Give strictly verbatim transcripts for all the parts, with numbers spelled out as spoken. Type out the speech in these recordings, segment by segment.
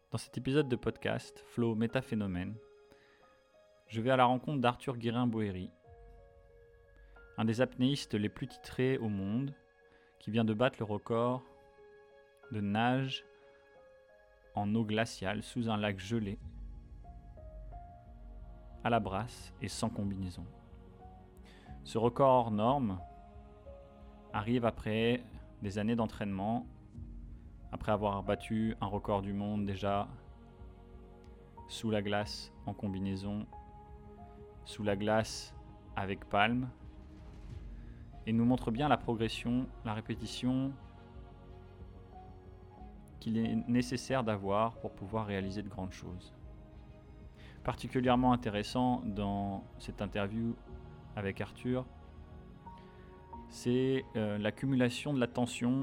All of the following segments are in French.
Dans cet épisode de podcast, Flow Métaphénomène, je vais à la rencontre d'Arthur Guérin-Boéry, un des apnéistes les plus titrés au monde, qui vient de battre le record de nage en eau glaciale sous un lac gelé, à la brasse et sans combinaison. Ce record hors norme arrive après des années d'entraînement, après avoir battu un record du monde déjà sous la glace en combinaison, sous la glace avec palme, et nous montre bien la progression, la répétition qu'il est nécessaire d'avoir pour pouvoir réaliser de grandes choses. Particulièrement intéressant dans cette interview avec Arthur, c'est euh, l'accumulation de la tension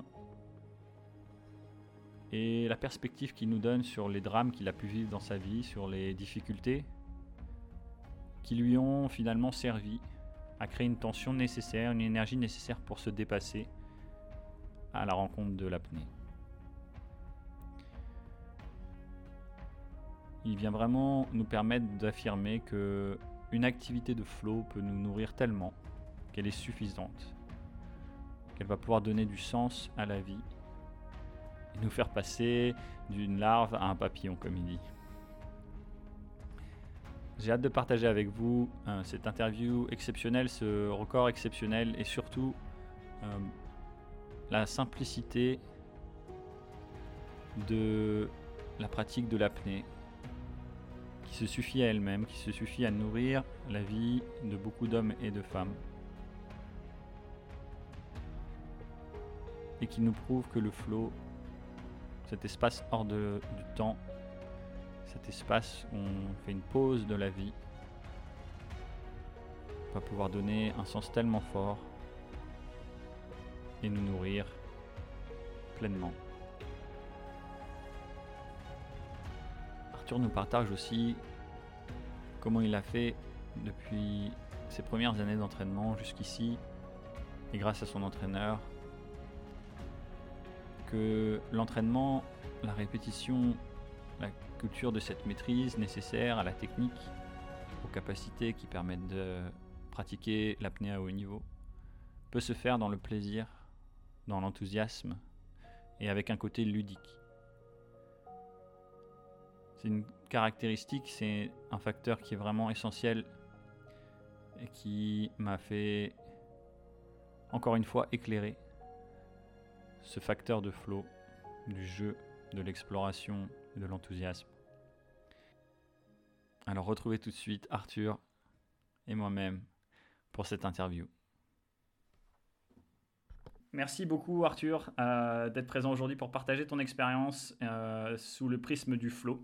et la perspective qu'il nous donne sur les drames qu'il a pu vivre dans sa vie, sur les difficultés qui lui ont finalement servi à créer une tension nécessaire, une énergie nécessaire pour se dépasser à la rencontre de l'apnée. Il vient vraiment nous permettre d'affirmer que une activité de flow peut nous nourrir tellement qu'elle est suffisante, qu'elle va pouvoir donner du sens à la vie et nous faire passer d'une larve à un papillon, comme il dit. J'ai hâte de partager avec vous euh, cette interview exceptionnelle, ce record exceptionnel et surtout euh, la simplicité de la pratique de l'apnée qui se suffit à elle-même, qui se suffit à nourrir la vie de beaucoup d'hommes et de femmes et qui nous prouve que le flow, cet espace hors de, du temps, cet espace où on fait une pause de la vie, va pouvoir donner un sens tellement fort et nous nourrir pleinement. Arthur nous partage aussi comment il a fait depuis ses premières années d'entraînement jusqu'ici, et grâce à son entraîneur, que l'entraînement, la répétition, la culture de cette maîtrise nécessaire à la technique, aux capacités qui permettent de pratiquer l'apnée à haut niveau, peut se faire dans le plaisir, dans l'enthousiasme et avec un côté ludique. C'est une caractéristique, c'est un facteur qui est vraiment essentiel et qui m'a fait encore une fois éclairer ce facteur de flow, du jeu, de l'exploration et de l'enthousiasme. Alors retrouvez tout de suite Arthur et moi-même pour cette interview. Merci beaucoup Arthur euh, d'être présent aujourd'hui pour partager ton expérience euh, sous le prisme du flow.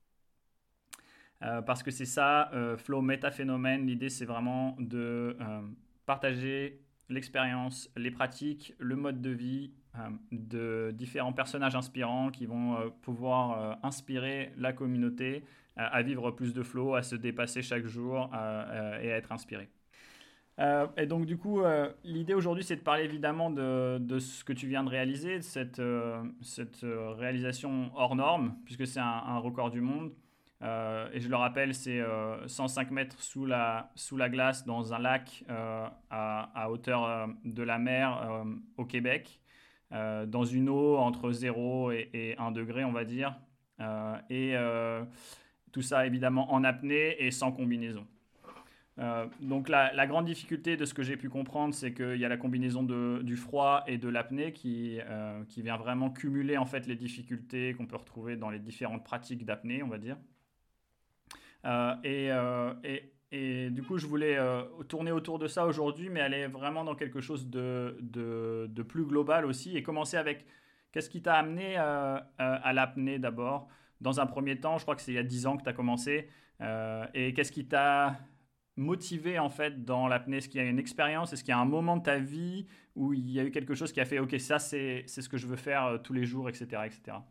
Euh, parce que c'est ça, euh, flow métaphénomène, l'idée c'est vraiment de euh, partager l'expérience, les pratiques, le mode de vie euh, de différents personnages inspirants qui vont euh, pouvoir euh, inspirer la communauté euh, à vivre plus de flow, à se dépasser chaque jour euh, euh, et à être inspiré. Euh, et donc du coup, euh, l'idée aujourd'hui c'est de parler évidemment de, de ce que tu viens de réaliser, de cette, euh, cette euh, réalisation hors norme, puisque c'est un, un record du monde. Euh, et je le rappelle, c'est euh, cent cinq mètres sous la, sous la glace dans un lac euh, à, à hauteur euh, de la mer euh, au Québec, euh, dans une eau entre zéro et, et un degré, on va dire. Euh, et euh, tout ça évidemment en apnée et sans combinaison. Euh, donc la, la grande difficulté de ce que j'ai pu comprendre, c'est qu'il y a la combinaison de, du froid et de l'apnée qui, euh, qui vient vraiment cumuler en fait les difficultés qu'on peut retrouver dans les différentes pratiques d'apnée, on va dire. Euh, et, euh, et, et du coup, je voulais euh, tourner autour de ça aujourd'hui, mais aller vraiment dans quelque chose de, de, de plus global aussi, et commencer avec qu'est-ce qui t'a amené euh, euh, à l'apnée d'abord. Dans un premier temps, je crois que c'est il y a dix ans que tu as commencé, euh, et qu'est-ce qui t'a motivé en fait dans l'apnée? Est-ce qu'il y a une expérience? Est-ce qu'il y a un moment de ta vie où il y a eu quelque chose qui a fait ok, ça c'est, c'est ce que je veux faire euh, tous les jours, et cetera, et cetera.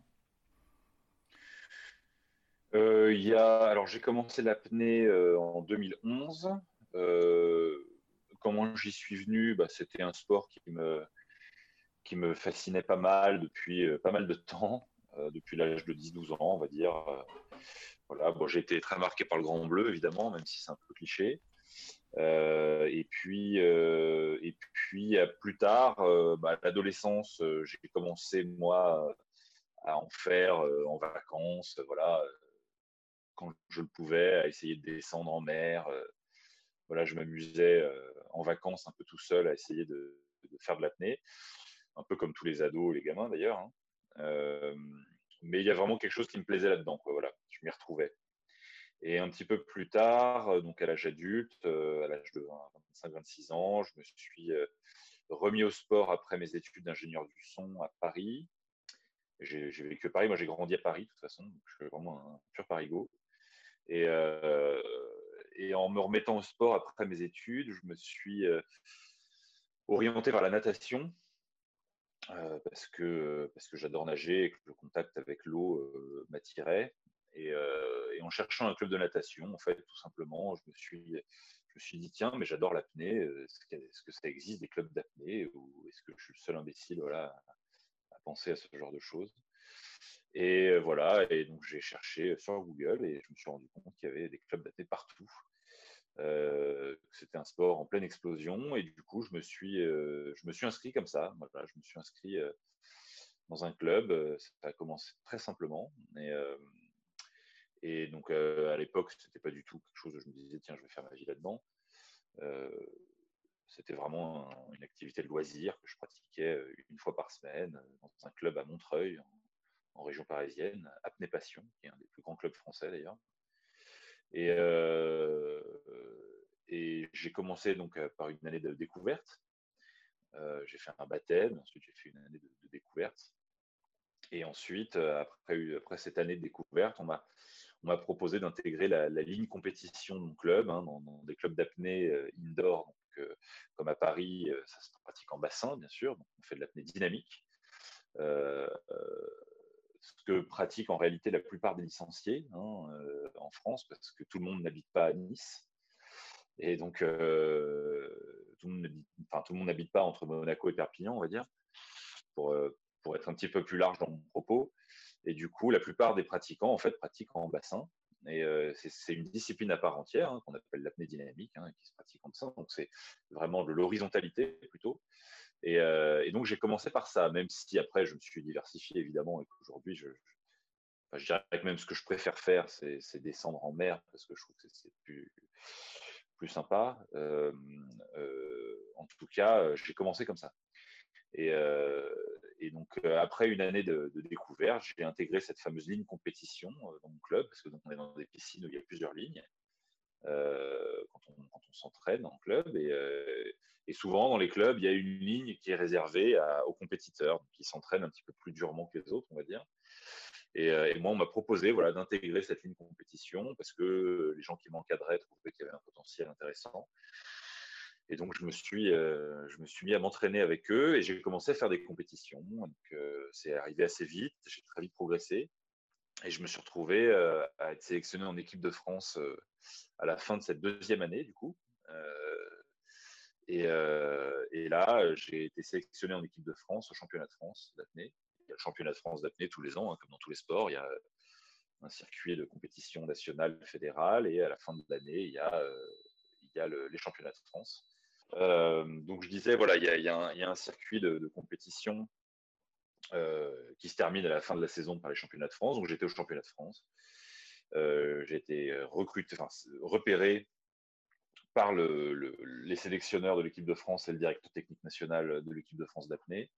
Euh, il y a, alors j'ai commencé l'apnée euh, en deux mille onze. Euh, comment j'y suis venu? Bah, c'était un sport qui me, qui me fascinait pas mal depuis euh, pas mal de temps. Euh, depuis l'âge de dix douze ans, on va dire. Euh, voilà, bon, j'ai été très marqué par le grand bleu, évidemment, même si c'est un peu cliché. Euh, et puis, euh, et puis plus tard, euh, bah, à l'adolescence, euh, j'ai commencé, moi, à en faire euh, en vacances, voilà, quand je le pouvais, à essayer de descendre en mer. Euh, voilà, je m'amusais euh, en vacances un peu tout seul à essayer de, de faire de l'apnée, un peu comme tous les ados, les gamins d'ailleurs. Hein. Euh, mais il y a vraiment quelque chose qui me plaisait là-dedans, quoi, voilà, je m'y retrouvais. Et un petit peu plus tard, donc à l'âge adulte, euh, à l'âge de vingt-cinq vingt-six ans, je me suis euh, remis au sport après mes études d'ingénieur du son à Paris. J'ai, j'ai vécu à Paris, moi j'ai grandi à Paris de toute façon, donc je suis vraiment un pur parigo. Et, euh, et en me remettant au sport après mes études, je me suis euh, orienté vers la natation euh, parce que, parce que j'adore nager et que le contact avec l'eau euh, m'attirait. Et, euh, et en cherchant un club de natation, en fait, tout simplement, je me suis, je me suis dit, tiens, mais j'adore l'apnée, est-ce que, est-ce que ça existe des clubs d'apnée ou est-ce que je suis le seul imbécile voilà, à, à penser à ce genre de choses? Et voilà, et donc j'ai cherché sur Google et je me suis rendu compte qu'il y avait des clubs d'apnée partout. Euh, c'était un sport en pleine explosion et du coup je me suis, euh, je me suis inscrit comme ça. Voilà, je me suis inscrit euh, dans un club. Ça a commencé très simplement. Et, euh, et donc euh, à l'époque, c'était pas du tout quelque chose où je me disais tiens, je vais faire ma vie là-dedans. Euh, c'était vraiment un, une activité de loisir que je pratiquais une fois par semaine dans un club à Montreuil, en, en région parisienne, Apnée Passion, qui est un des plus grands clubs français d'ailleurs. Et, euh, et j'ai commencé donc par une année de découverte. Euh, j'ai fait un baptême, ensuite j'ai fait une année de, de découverte. Et ensuite, après, après cette année de découverte, on m'a on m'a proposé d'intégrer la, la ligne compétition de mon club, hein, dans, dans des clubs d'apnée euh, indoor, donc, euh, comme à Paris, euh, ça se pratique en bassin, bien sûr, donc on fait de l'apnée dynamique. Euh, ce que pratiquent en réalité la plupart des licenciés hein, euh, en France, parce que tout le monde n'habite pas à Nice. Et donc, euh, tout le monde enfin, tout le monde n'habite pas entre Monaco et Perpignan, on va dire, pour, euh, pour être un petit peu plus large dans mon propos. Et du coup, la plupart des pratiquants, en fait, pratiquent en bassin. Et euh, c'est, c'est une discipline à part entière hein, qu'on appelle l'apnée dynamique, hein, qui se pratique en bassin. Donc, c'est vraiment de l'horizontalité plutôt. Et, euh, et donc, j'ai commencé par ça, même si après, je me suis diversifié évidemment et qu'aujourd'hui, je, je, enfin, je dirais que même ce que je préfère faire, c'est, c'est descendre en mer parce que je trouve que c'est, c'est plus, plus sympa. Euh, euh, en tout cas, j'ai commencé comme ça. Et, euh, et donc, euh, après une année de, de découverte, j'ai intégré cette fameuse ligne compétition euh, dans mon club, parce que donc, on est dans des piscines où il y a plusieurs lignes euh, quand, on, quand on s'entraîne en club. Et, euh, et souvent, dans les clubs, il y a une ligne qui est réservée à, aux compétiteurs, qui s'entraînent un petit peu plus durement que les autres, on va dire. Et, euh, et moi, on m'a proposé voilà, d'intégrer cette ligne compétition, parce que les gens qui m'encadraient trouvaient qu'il y avait un potentiel intéressant. Et donc, je me suis, euh, je me suis mis à m'entraîner avec eux et j'ai commencé à faire des compétitions. Donc, euh, c'est arrivé assez vite, j'ai très vite progressé. Et je me suis retrouvé euh, à être sélectionné en équipe de France euh, à la fin de cette deuxième année, du coup. Euh, et, euh, et là, j'ai été sélectionné en équipe de France au championnat de France d'apnée. Il y a le championnat de France d'apnée tous les ans, hein, comme dans tous les sports. Il y a un circuit de compétition nationale, fédérale, et à la fin de l'année, il y a, euh, il y a le, les championnats de France. Euh, donc je disais, voilà, il y a, il y a, un, il y a un circuit de, de compétition euh, qui se termine à la fin de la saison par les championnats de France. Donc j'étais au championnat de France. Euh, j'ai été recruté, enfin repéré par le, le, les sélectionneurs de l'équipe de France et le directeur technique national de l'équipe de France d'apnée,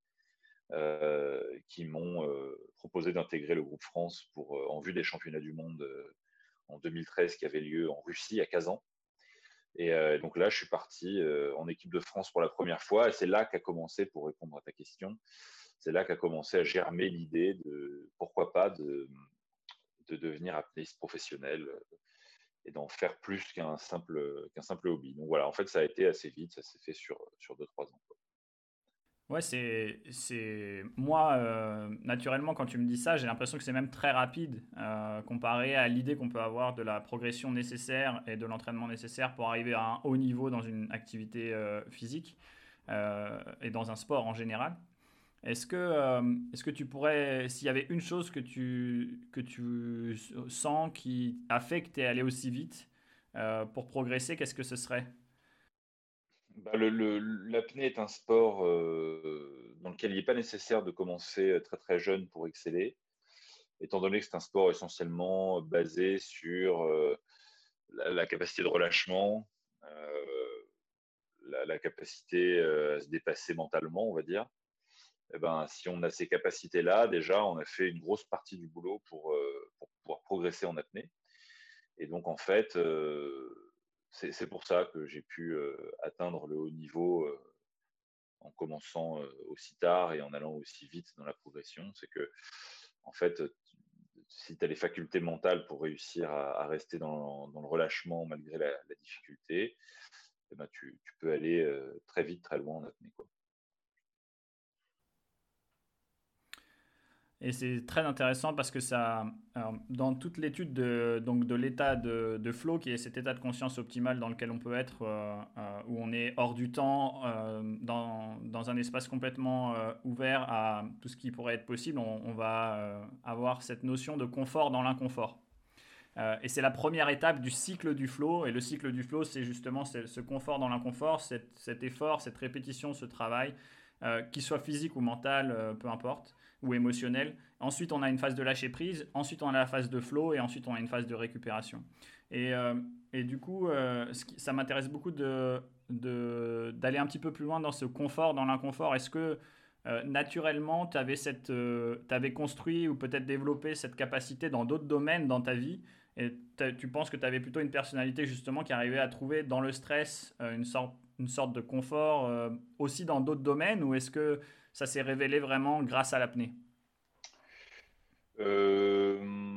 euh, qui m'ont euh, proposé d'intégrer le groupe France pour, euh, en vue des championnats du monde euh, en deux mille treize qui avaient lieu en Russie, à Kazan. Et euh, donc là, je suis parti euh, en équipe de France pour la première fois. Et c'est là qu'a commencé, pour répondre à ta question, c'est là qu'a commencé à germer l'idée de pourquoi pas de, de devenir apnéiste professionnel et d'en faire plus qu'un simple, qu'un simple hobby. Donc voilà, en fait, ça a été assez vite, ça s'est fait sur, sur deux trois ans. Quoi. Ouais, c'est, c'est... Moi, euh, naturellement, quand tu me dis ça, j'ai l'impression que c'est même très rapide euh, comparé à l'idée qu'on peut avoir de la progression nécessaire et de l'entraînement nécessaire pour arriver à un haut niveau dans une activité euh, physique euh, et dans un sport en général. Est-ce que, euh, est-ce que tu pourrais, s'il y avait une chose que tu, que tu sens qui a fait que tu es allé aussi vite euh, pour progresser, qu'est-ce que ce serait? Bah, le, le- l'apnée est un sport euh, dans lequel il n'est pas nécessaire de commencer très très jeune pour exceller, étant donné que c'est un sport essentiellement basé sur euh, la, la capacité de relâchement, euh, la, la capacité euh, à se dépasser mentalement, on va dire. Eh ben, si on a ces capacités-là, déjà, on a fait une grosse partie du boulot pour, euh, pour pouvoir progresser en apnée. Et donc, en fait, euh, c'est, c'est pour ça que j'ai pu euh, atteindre le haut niveau euh, en commençant euh, aussi tard et en allant aussi vite dans la progression. C'est que, en fait, si tu as les facultés mentales pour réussir à, à rester dans, dans, le relâchement malgré la, la difficulté, eh ben, tu, tu, peux aller euh, très vite, très loin en apnée, quoi. Et c'est très intéressant parce que ça, alors, dans toute l'étude de, donc de l'état de, de flow, qui est cet état de conscience optimal dans lequel on peut être, euh, euh, où on est hors du temps, euh, dans, dans un espace complètement euh, ouvert à tout ce qui pourrait être possible, on, on va euh, avoir cette notion de confort dans l'inconfort. Euh, et c'est la première étape du cycle du flow. Et le cycle du flow, c'est justement ce, ce confort dans l'inconfort, cet, cet effort, cette répétition, ce travail, euh, qu'il soit physique ou mental, euh, peu importe, ou émotionnel. Ensuite, on a une phase de lâcher prise. Ensuite, on a la phase de flow. Et ensuite, on a une phase de récupération. Et, euh, et du coup, euh, ce qui- ça m'intéresse beaucoup de, de- d'aller un petit peu plus loin dans ce confort, dans l'inconfort. Est-ce que euh, naturellement, tu avais, cette, euh, t'avais construit ou peut-être développé cette capacité dans d'autres domaines dans ta vie et tu penses que tu avais plutôt une personnalité justement qui arrivait à trouver dans le stress euh, une, sorte, une sorte de confort euh, aussi dans d'autres domaines ou est-ce que ça s'est révélé vraiment grâce à l'apnée? Euh,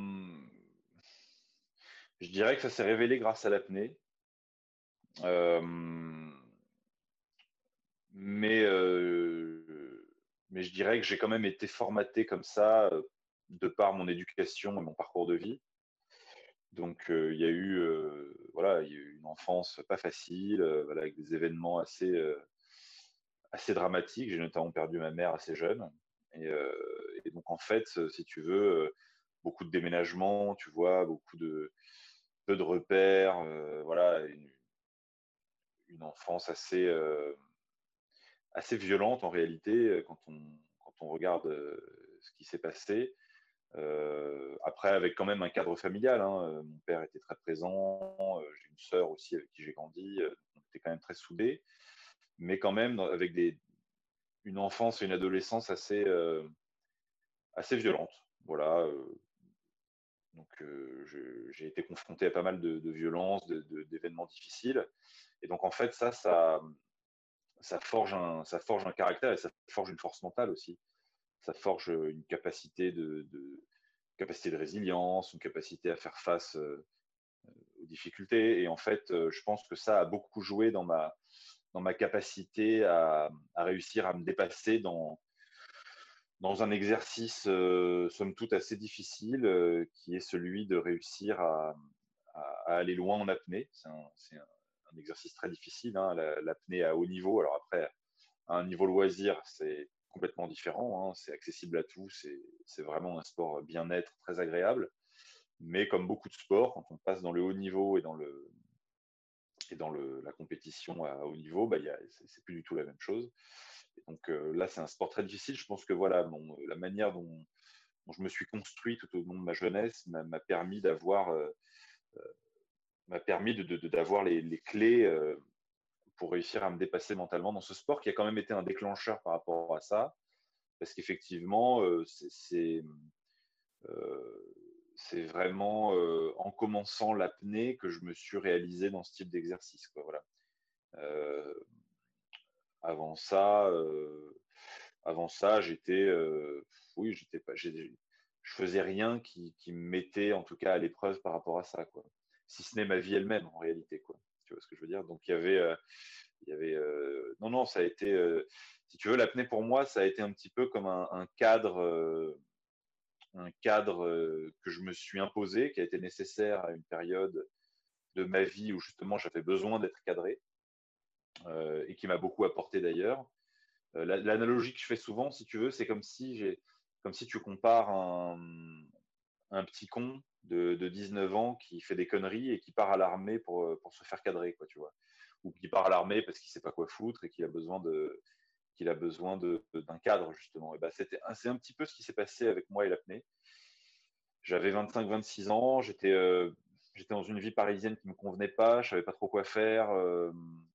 je dirais que ça s'est révélé grâce à l'apnée. Euh, mais, euh, mais je dirais que j'ai quand même été formaté comme ça euh, de par mon éducation et mon parcours de vie. Donc euh, il y a eu euh, voilà, il y a eu une enfance pas facile, euh, voilà, avec des événements assez euh, assez dramatiques. J'ai notamment perdu ma mère assez jeune. Et, euh, et donc en fait, si tu veux, euh, beaucoup de déménagements, tu vois, beaucoup de peu de repères, euh, voilà, une, une enfance assez euh, assez violente en réalité euh, quand on, quand on regarde euh, ce qui s'est passé. Euh, après, avec quand même un cadre familial, hein. Euh, mon père était très présent, euh, j'ai une sœur aussi avec qui j'ai grandi, euh, on était quand même très soudés, mais quand même avec des, une enfance et une adolescence assez, euh, assez violente. Voilà. Euh, donc, euh, je, j'ai été confronté à pas mal de, de violences, de, de, d'événements difficiles. Et donc, en fait, ça, ça, ça, forge un, ça forge un caractère et ça forge une force mentale aussi. Ça forge une capacité de, de, capacité de résilience, une capacité à faire face euh, aux difficultés. Et en fait, euh, je pense que ça a beaucoup joué dans ma, dans ma capacité à, à réussir à me dépasser dans, dans un exercice, euh, somme toute, assez difficile, euh, qui est celui de réussir à, à, à aller loin en apnée. C'est un, c'est un, un exercice très difficile, hein, l'apnée à haut niveau. Alors après, à un niveau loisir, c'est complètement différent, hein, c'est accessible à tous, c'est vraiment un sport bien-être très agréable. Mais comme beaucoup de sports, quand on passe dans le haut niveau et dans, le, et dans le, la compétition à haut niveau, bah, c'est plus du tout la même chose. Et donc euh, là, c'est un sport très difficile. Je pense que voilà, bon, la manière dont, dont, je me suis construit tout au long de ma jeunesse m'a permis d'avoir euh, m'a permis de, de, d'avoir les, les clés euh, pour réussir à me dépasser mentalement dans ce sport qui a quand même été un déclencheur par rapport à ça. Parce qu'effectivement, euh, c'est euh, c'est vraiment euh, en commençant l'apnée que je me suis réalisé dans ce type d'exercice. Quoi, voilà. Euh, avant ça, euh, avant ça, j'étais, euh, oui, j'étais pas, j'ai- je faisais rien qui, qui me mettait en tout cas à l'épreuve par rapport à ça, quoi. Si ce n'est ma vie elle-même en réalité, quoi. Tu vois ce que je veux dire? Donc il y avait, euh, il y avait, euh, non, non, ça a été, euh, si tu veux, l'apnée pour moi, ça a été un petit peu comme un, un cadre. Euh, un cadre euh, que je me suis imposé, qui a été nécessaire à une période de ma vie où justement j'avais besoin d'être cadré euh, et qui m'a beaucoup apporté d'ailleurs. Euh, L'analogie que je fais souvent, si tu veux, c'est comme si j'ai, comme si tu compares un, un petit con de, de dix-neuf ans qui fait des conneries et qui part à l'armée pour, pour se faire cadrer, quoi, tu vois. Ou qui part à l'armée parce qu'il sait pas quoi foutre et qu'il a besoin de, qu'il a besoin de, d'un cadre, justement. Et ben, c'était, c'est un petit peu ce qui s'est passé avec moi et l'apnée. J'avais vingt-cinq vingt-six ans, j'étais, euh, j'étais dans une vie parisienne qui me convenait pas, je savais pas trop quoi faire. Euh,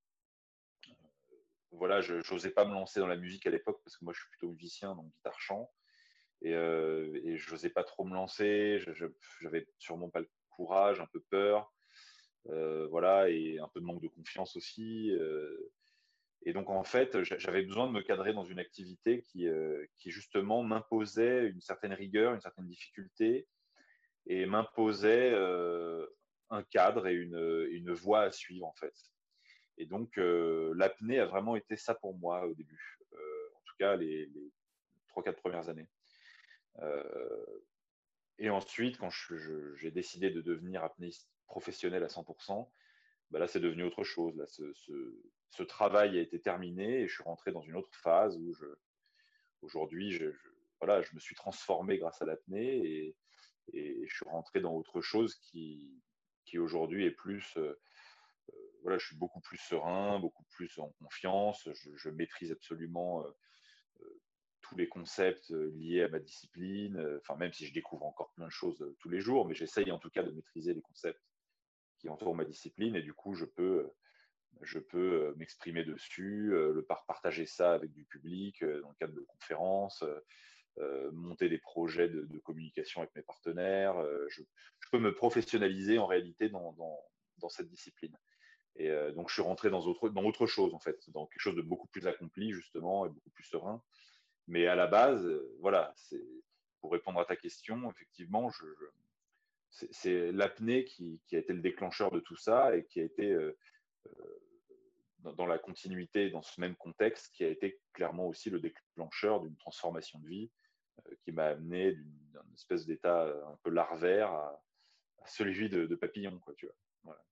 voilà, je n'osais pas me lancer dans la musique à l'époque parce que moi je suis plutôt musicien, donc guitare chant, et, euh, et je n'osais pas trop me lancer. Je, je, j'avais sûrement pas le courage, un peu peur, euh, voilà, et un peu de manque de confiance aussi. Euh, et donc en fait, j'avais besoin de me cadrer dans une activité qui, euh, qui justement m'imposait une certaine rigueur, une certaine difficulté, et m'imposait euh, un cadre et une, une voie à suivre en fait. Et donc, euh, l'apnée a vraiment été ça pour moi au début, euh, en tout cas les, les trois, quatre premières années. Euh, et ensuite, quand je, je, j'ai décidé de devenir apnéiste professionnel à cent pour cent, bah là, c'est devenu autre chose. Là, ce, ce, ce, travail a été terminé et je suis rentré dans une autre phase où je, aujourd'hui, je, je, voilà, je me suis transformé grâce à l'apnée et, et je suis rentré dans autre chose qui, qui aujourd'hui est plus... Euh, voilà, je suis beaucoup plus serein, beaucoup plus en confiance. Je, je maîtrise absolument euh, euh, tous les concepts euh, liés à ma discipline. Euh, Enfin, même si je découvre encore plein de choses euh, tous les jours, mais j'essaye en tout cas de maîtriser les concepts qui entourent ma discipline. Et du coup, je peux, euh, je peux euh, m'exprimer dessus, euh, le par partager ça avec du public euh, dans le cadre de conférences, euh, euh, monter des projets de, de, communication avec mes partenaires. Euh, je, je, peux me professionnaliser en réalité dans, dans, dans cette discipline. Et euh, donc, je suis rentré dans autre, dans autre chose, en fait, dans quelque chose de beaucoup plus accompli, justement, et beaucoup plus serein. Mais à la base, euh, voilà, c'est, pour répondre à ta question, effectivement, je, je, c'est, c'est l'apnée qui, qui a été le déclencheur de tout ça et qui a été, euh, euh, dans, dans la continuité, dans ce même contexte, qui a été clairement aussi le déclencheur d'une transformation de vie euh, qui m'a amené d'une, d'une espèce d'état un peu larvaire à, à celui de, de papillon, quoi, tu vois. Voilà.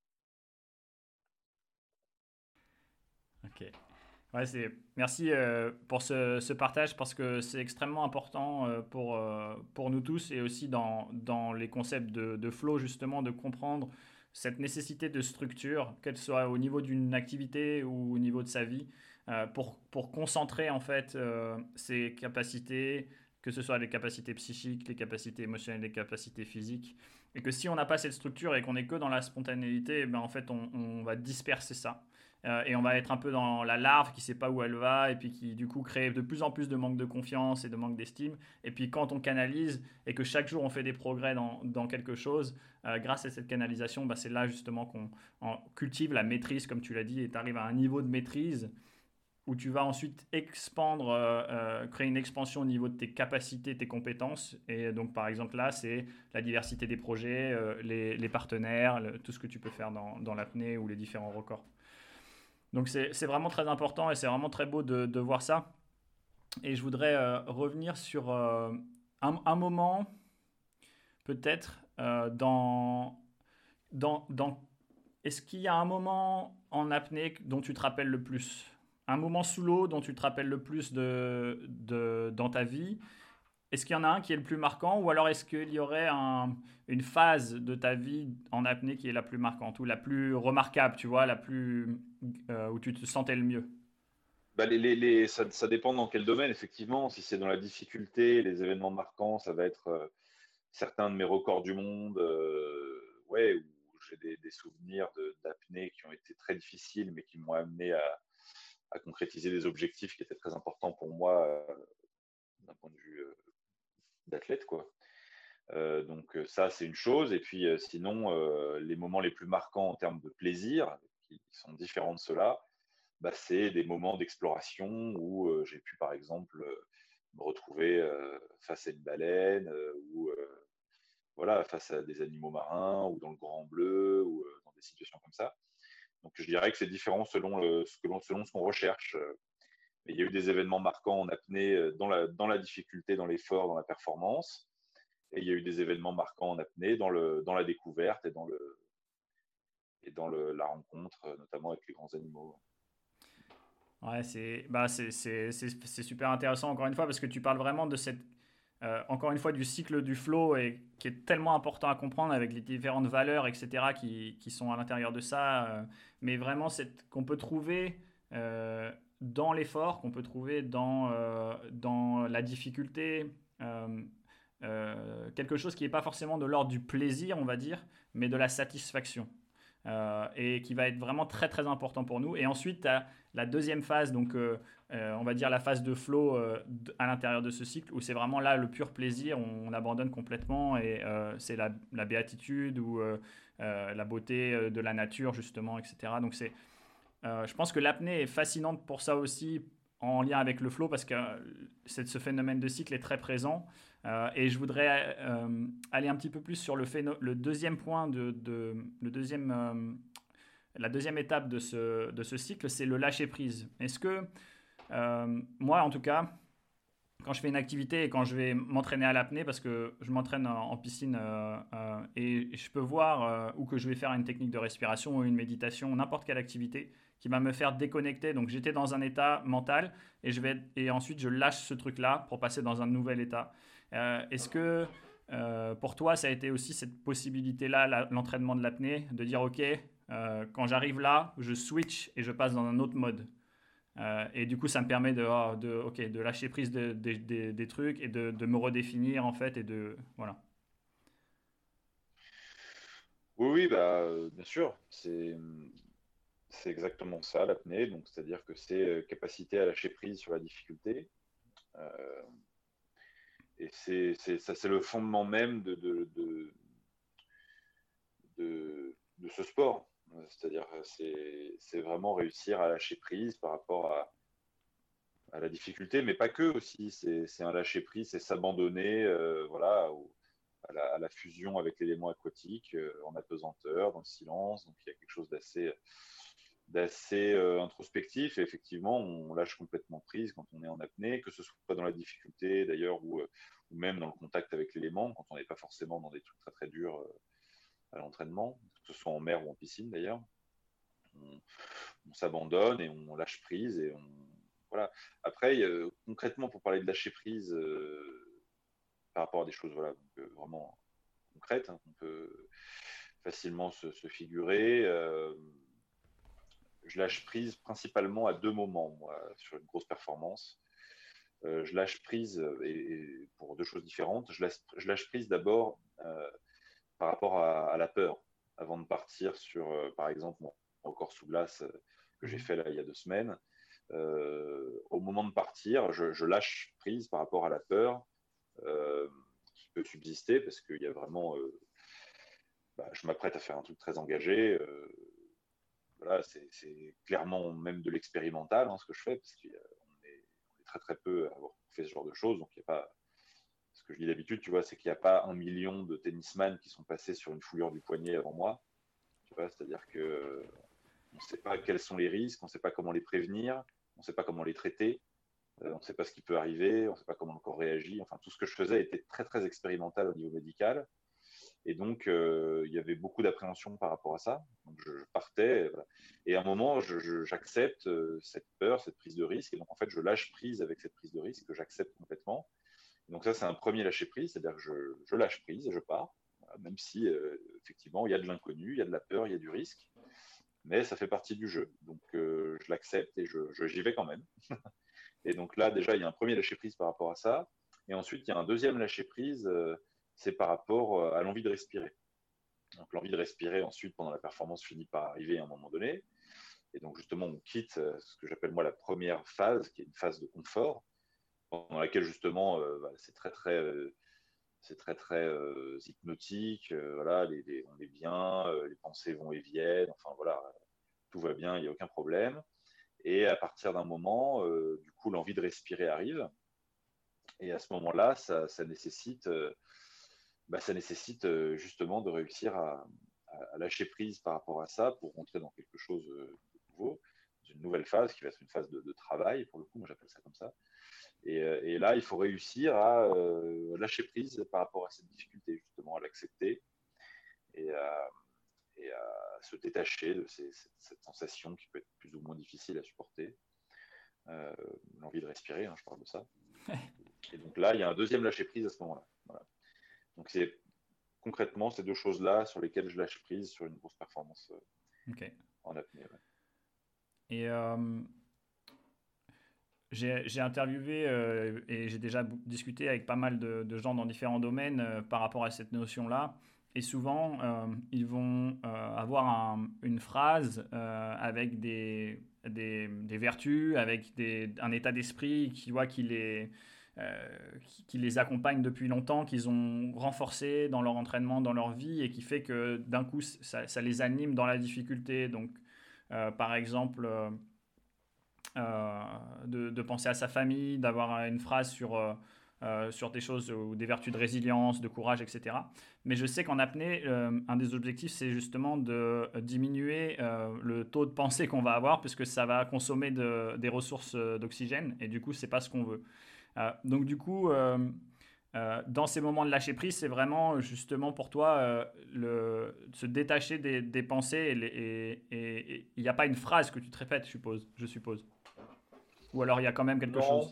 Ok. Ouais, c'est... Merci euh, pour ce, ce partage parce que c'est extrêmement important euh, pour, euh, pour nous tous et aussi dans, dans les concepts de, de flow, justement, de comprendre cette nécessité de structure, qu'elle soit au niveau d'une activité ou au niveau de sa vie, euh, pour, pour concentrer en fait euh, ses capacités, que ce soit les capacités psychiques, les capacités émotionnelles, les capacités physiques. Et que si on n'a pas cette structure et qu'on est que dans la spontanéité, eh ben, en fait, on, on va disperser ça. Euh, et on va être un peu dans la larve qui ne sait pas où elle va et puis qui du coup crée de plus en plus de manque de confiance et de manque d'estime. Et puis quand on canalise et que chaque jour on fait des progrès dans, dans quelque chose, euh, grâce à cette canalisation, bah, c'est là justement qu'on cultive la maîtrise, comme tu l'as dit, et tu arrives à un niveau de maîtrise où tu vas ensuite expandre, euh, euh, créer une expansion au niveau de tes capacités, tes compétences. Et donc par exemple là, c'est la diversité des projets, euh, les, les, partenaires, le, tout ce que tu peux faire dans, dans l'apnée ou les différents records. Donc c'est c'est vraiment très important et c'est vraiment très beau de, de voir ça. Et je voudrais euh, revenir sur euh, un, un moment, peut-être, euh, dans, dans, dans... Est-ce qu'il y a un moment en apnée dont tu te rappelles le plus? Un moment sous l'eau dont tu te rappelles le plus de, de, dans ta vie? Est-ce qu'il y en a un qui est le plus marquant ou alors est-ce qu'il y aurait un- une phase de ta vie en apnée qui est la plus marquante ou la plus remarquable, tu vois, la plus euh, où tu te sentais le mieux? Bah, les, les, les, ça, ça dépend dans quel domaine, effectivement. Si c'est dans la difficulté, les événements marquants, ça va être euh, certains de mes records du monde, euh, ouais, où j'ai des, des souvenirs de- d'apnée qui ont été très difficiles, mais qui m'ont amené à, à concrétiser des objectifs qui étaient très importants pour moi euh, d'un point de vue euh, d'athlète, quoi. Euh, donc euh, ça, c'est une chose. Et puis euh, sinon, euh, les moments les plus marquants en termes de plaisir, qui sont différents de ceux-là, bah, c'est des moments d'exploration où euh, j'ai pu, par exemple, euh, me retrouver euh, face à une baleine euh, ou euh, voilà, face à des animaux marins ou dans le grand bleu ou euh, dans des situations comme ça. Donc je dirais que c'est différent selon, le, ce que l'on, selon ce qu'on recherche. Mais il y a eu des événements marquants en apnée euh, dans la, dans la difficulté, dans l'effort, dans la performance. Et il y a eu des événements marquants en apnée dans, le, dans la découverte et dans, le, et dans le, la rencontre, notamment avec les grands animaux. Ouais, c'est bah, c'est c'est- c'est- c'est super intéressant encore une fois parce que tu parles vraiment de cette, euh, encore une fois, du cycle du flow et qui est tellement important à comprendre avec les différentes valeurs, et cetera, qui, qui sont à l'intérieur de ça. Euh, mais vraiment, cette, qu'on peut trouver euh, dans l'effort, qu'on peut trouver dans, euh, dans la difficulté, euh, euh, quelque chose qui n'est pas forcément de l'ordre du plaisir, on va dire, mais de la satisfaction. Euh, et qui va être vraiment très très important pour nous. Et ensuite, tu as la deuxième phase, donc euh, euh, on va dire la phase de flow euh, à l'intérieur de ce cycle, où c'est vraiment là le pur plaisir, on, on abandonne complètement, et euh, c'est la, la béatitude ou euh, euh, la beauté euh, de la nature, justement, et cetera. Donc c'est, euh, je pense que l'apnée est fascinante pour ça aussi, en lien avec le flow, parce que euh, c'est- ce phénomène de cycle est très présent. Euh, et je voudrais euh, aller un petit peu plus sur le, phéno- le deuxième point, de, de- le deuxième, euh, la deuxième étape de ce, de ce cycle, c'est le lâcher prise. Est-ce que, euh, moi en tout cas, quand je fais une activité et quand je vais m'entraîner à l'apnée, parce que je m'entraîne en, en piscine euh, euh, et je peux voir euh, ou que je vais faire une technique de respiration ou une méditation, n'importe quelle activité qui va me faire déconnecter. Donc j'étais dans un état mental et, je vais, et ensuite je lâche ce truc-là pour passer dans un nouvel état. Euh, est-ce que euh, pour toi ça a été aussi cette possibilité-là, la- l'entraînement de l'apnée, de dire ok, euh, quand j'arrive là, je switch et je passe dans un autre mode. Euh, et du coup, ça me permet de, oh, de, ok, de lâcher prise de- de- de- des trucs et de, de me redéfinir en fait et de voilà. Oui, oui, bah, euh, bien sûr, c'est c'est exactement ça l'apnée. Donc, c'est-à-dire que c'est euh, capacité à lâcher prise sur la difficulté. Euh, et c'est c'est- ça, c'est le fondement même de, de, de, de, de ce sport. C'est-à-dire, c'est c'est vraiment réussir à lâcher prise par rapport à, à la difficulté, mais pas que aussi. C'est c'est un lâcher prise, c'est s'abandonner, euh, voilà, au- à la, à la fusion avec l'élément aquatique, euh, en apesanteur, dans le silence. Donc il y a quelque chose d'assez d'assez euh, introspectif. Et effectivement, on lâche complètement prise quand on est en apnée, que ce soit dans la difficulté d'ailleurs, ou, euh, ou même dans le contact avec l'élément, quand on n'est pas forcément dans des trucs très très durs euh, à l'entraînement, que ce soit en mer ou en piscine d'ailleurs. On, on s'abandonne et on lâche prise et on voilà. Après, euh, concrètement, pour parler de lâcher prise euh, par rapport à des choses voilà, donc, euh, vraiment concrètes, hein, qu'on peut facilement se, se figurer. Euh, je lâche prise principalement à deux moments, moi, sur une grosse performance. Euh, je lâche prise et, et pour deux choses différentes. Je lâche, je lâche prise d'abord euh, par rapport à, à, la peur, avant de partir sur, euh, par exemple, mon record sous glace euh, que j'ai Mhm. fait là il y a deux semaines. Euh, au moment de partir, je, je, lâche prise par rapport à la peur euh, qui peut subsister parce qu'il y a vraiment, euh, bah, je m'apprête à faire un truc très engagé. Euh, voilà, c'est clairement même de l'expérimental hein, ce que je fais parce qu'on est, on est très très peu à avoir fait ce genre de choses, donc il n'y a pas. Ce que je dis d'habitude, tu vois, c'est qu'il n'y a pas un million de tennisman qui sont passés sur une foulure du poignet avant moi. Tu vois, c'est-à-dire que on ne sait pas quels sont les risques, on ne sait pas comment les prévenir, on ne sait pas comment les traiter. Euh, on ne sait pas ce qui peut arriver, on ne sait pas comment le corps réagit. Enfin, tout ce que je faisais était très, très expérimental au niveau médical. Et donc, euh, il y avait beaucoup d'appréhension par rapport à ça. Donc, je, je partais. Et, voilà. Et à un moment, j'accepte euh, cette peur, cette prise de risque. Et donc, en fait, je lâche prise avec cette prise de risque que j'accepte complètement. Et donc, ça, c'est un premier lâcher prise. C'est-à-dire que je, je, lâche prise et je pars. Voilà, même si, euh, effectivement, il y a de l'inconnu, il y a de la peur, il y a du risque. Mais ça fait partie du jeu. Donc, euh, je l'accepte et je, je, j'y vais quand même. Et donc là, déjà, il y a un premier lâcher-prise par rapport à ça. Et ensuite, il y a un deuxième lâcher-prise, euh, c'est par rapport euh, à l'envie de respirer. Donc l'envie de respirer, ensuite, pendant la performance, finit par arriver à un moment donné. Et donc justement, on quitte euh, ce que j'appelle moi la première phase, qui est une phase de confort, pendant laquelle justement, euh, bah, c'est très très, euh, c'est très très euh, hypnotique. Euh, voilà, les, les, on est bien, euh, les pensées vont et viennent. Enfin voilà, tout va bien, il n'y a aucun problème. Et à partir d'un moment, euh, du coup, l'envie de respirer arrive. Et à ce moment-là, ça, ça, nécessite, euh, bah, ça nécessite euh, justement de réussir à, à, lâcher prise par rapport à ça pour rentrer dans quelque chose de nouveau, dans une nouvelle phase qui va être une phase de, de travail, pour le coup, moi j'appelle ça comme ça. Et, euh, et, là, il faut réussir à euh, lâcher prise par rapport à cette difficulté, justement, à l'accepter et à, et à se détacher de ces, cette, cette sensation qui peut être plus ou moins difficile à supporter. euh, l'envie de respirer, hein, je parle de ça. Et donc là, il y a un deuxième lâcher prise à ce moment-là. Voilà. Donc c'est concrètement ces deux choses-là sur lesquelles je lâche prise sur une grosse performance euh, Ok. en apnée. Ouais. Et euh, j'ai j'ai interviewé euh, et j'ai déjà bou- discuté avec pas mal de, de gens dans différents domaines euh, par rapport à cette notion-là. Et souvent, euh, ils vont euh, avoir un- une phrase euh, avec des, des, des vertus, avec des, un état d'esprit qui, voit, qui, les, euh, qui, qui les accompagne depuis longtemps, qu'ils ont renforcé dans leur entraînement, dans leur vie, et qui fait que d'un coup, ça, ça les anime dans la difficulté. Donc, euh, par exemple, euh, euh, de, de penser à sa famille, d'avoir une phrase sur, euh, euh, sur des choses ou des vertus de résilience, de courage, et cetera. Mais je sais qu'en apnée, euh, un des objectifs, c'est justement de diminuer euh, le taux de pensée qu'on va avoir, puisque ça va consommer de, des ressources euh, d'oxygène, et du coup, c'est pas ce qu'on veut. Euh, donc du coup, euh, euh, dans ces moments de lâcher prise, c'est vraiment justement pour toi euh, le, se détacher des, des pensées et il n'y a pas une phrase que tu te répètes, je suppose. Je suppose. Ou alors il y a quand même quelque Non, chose.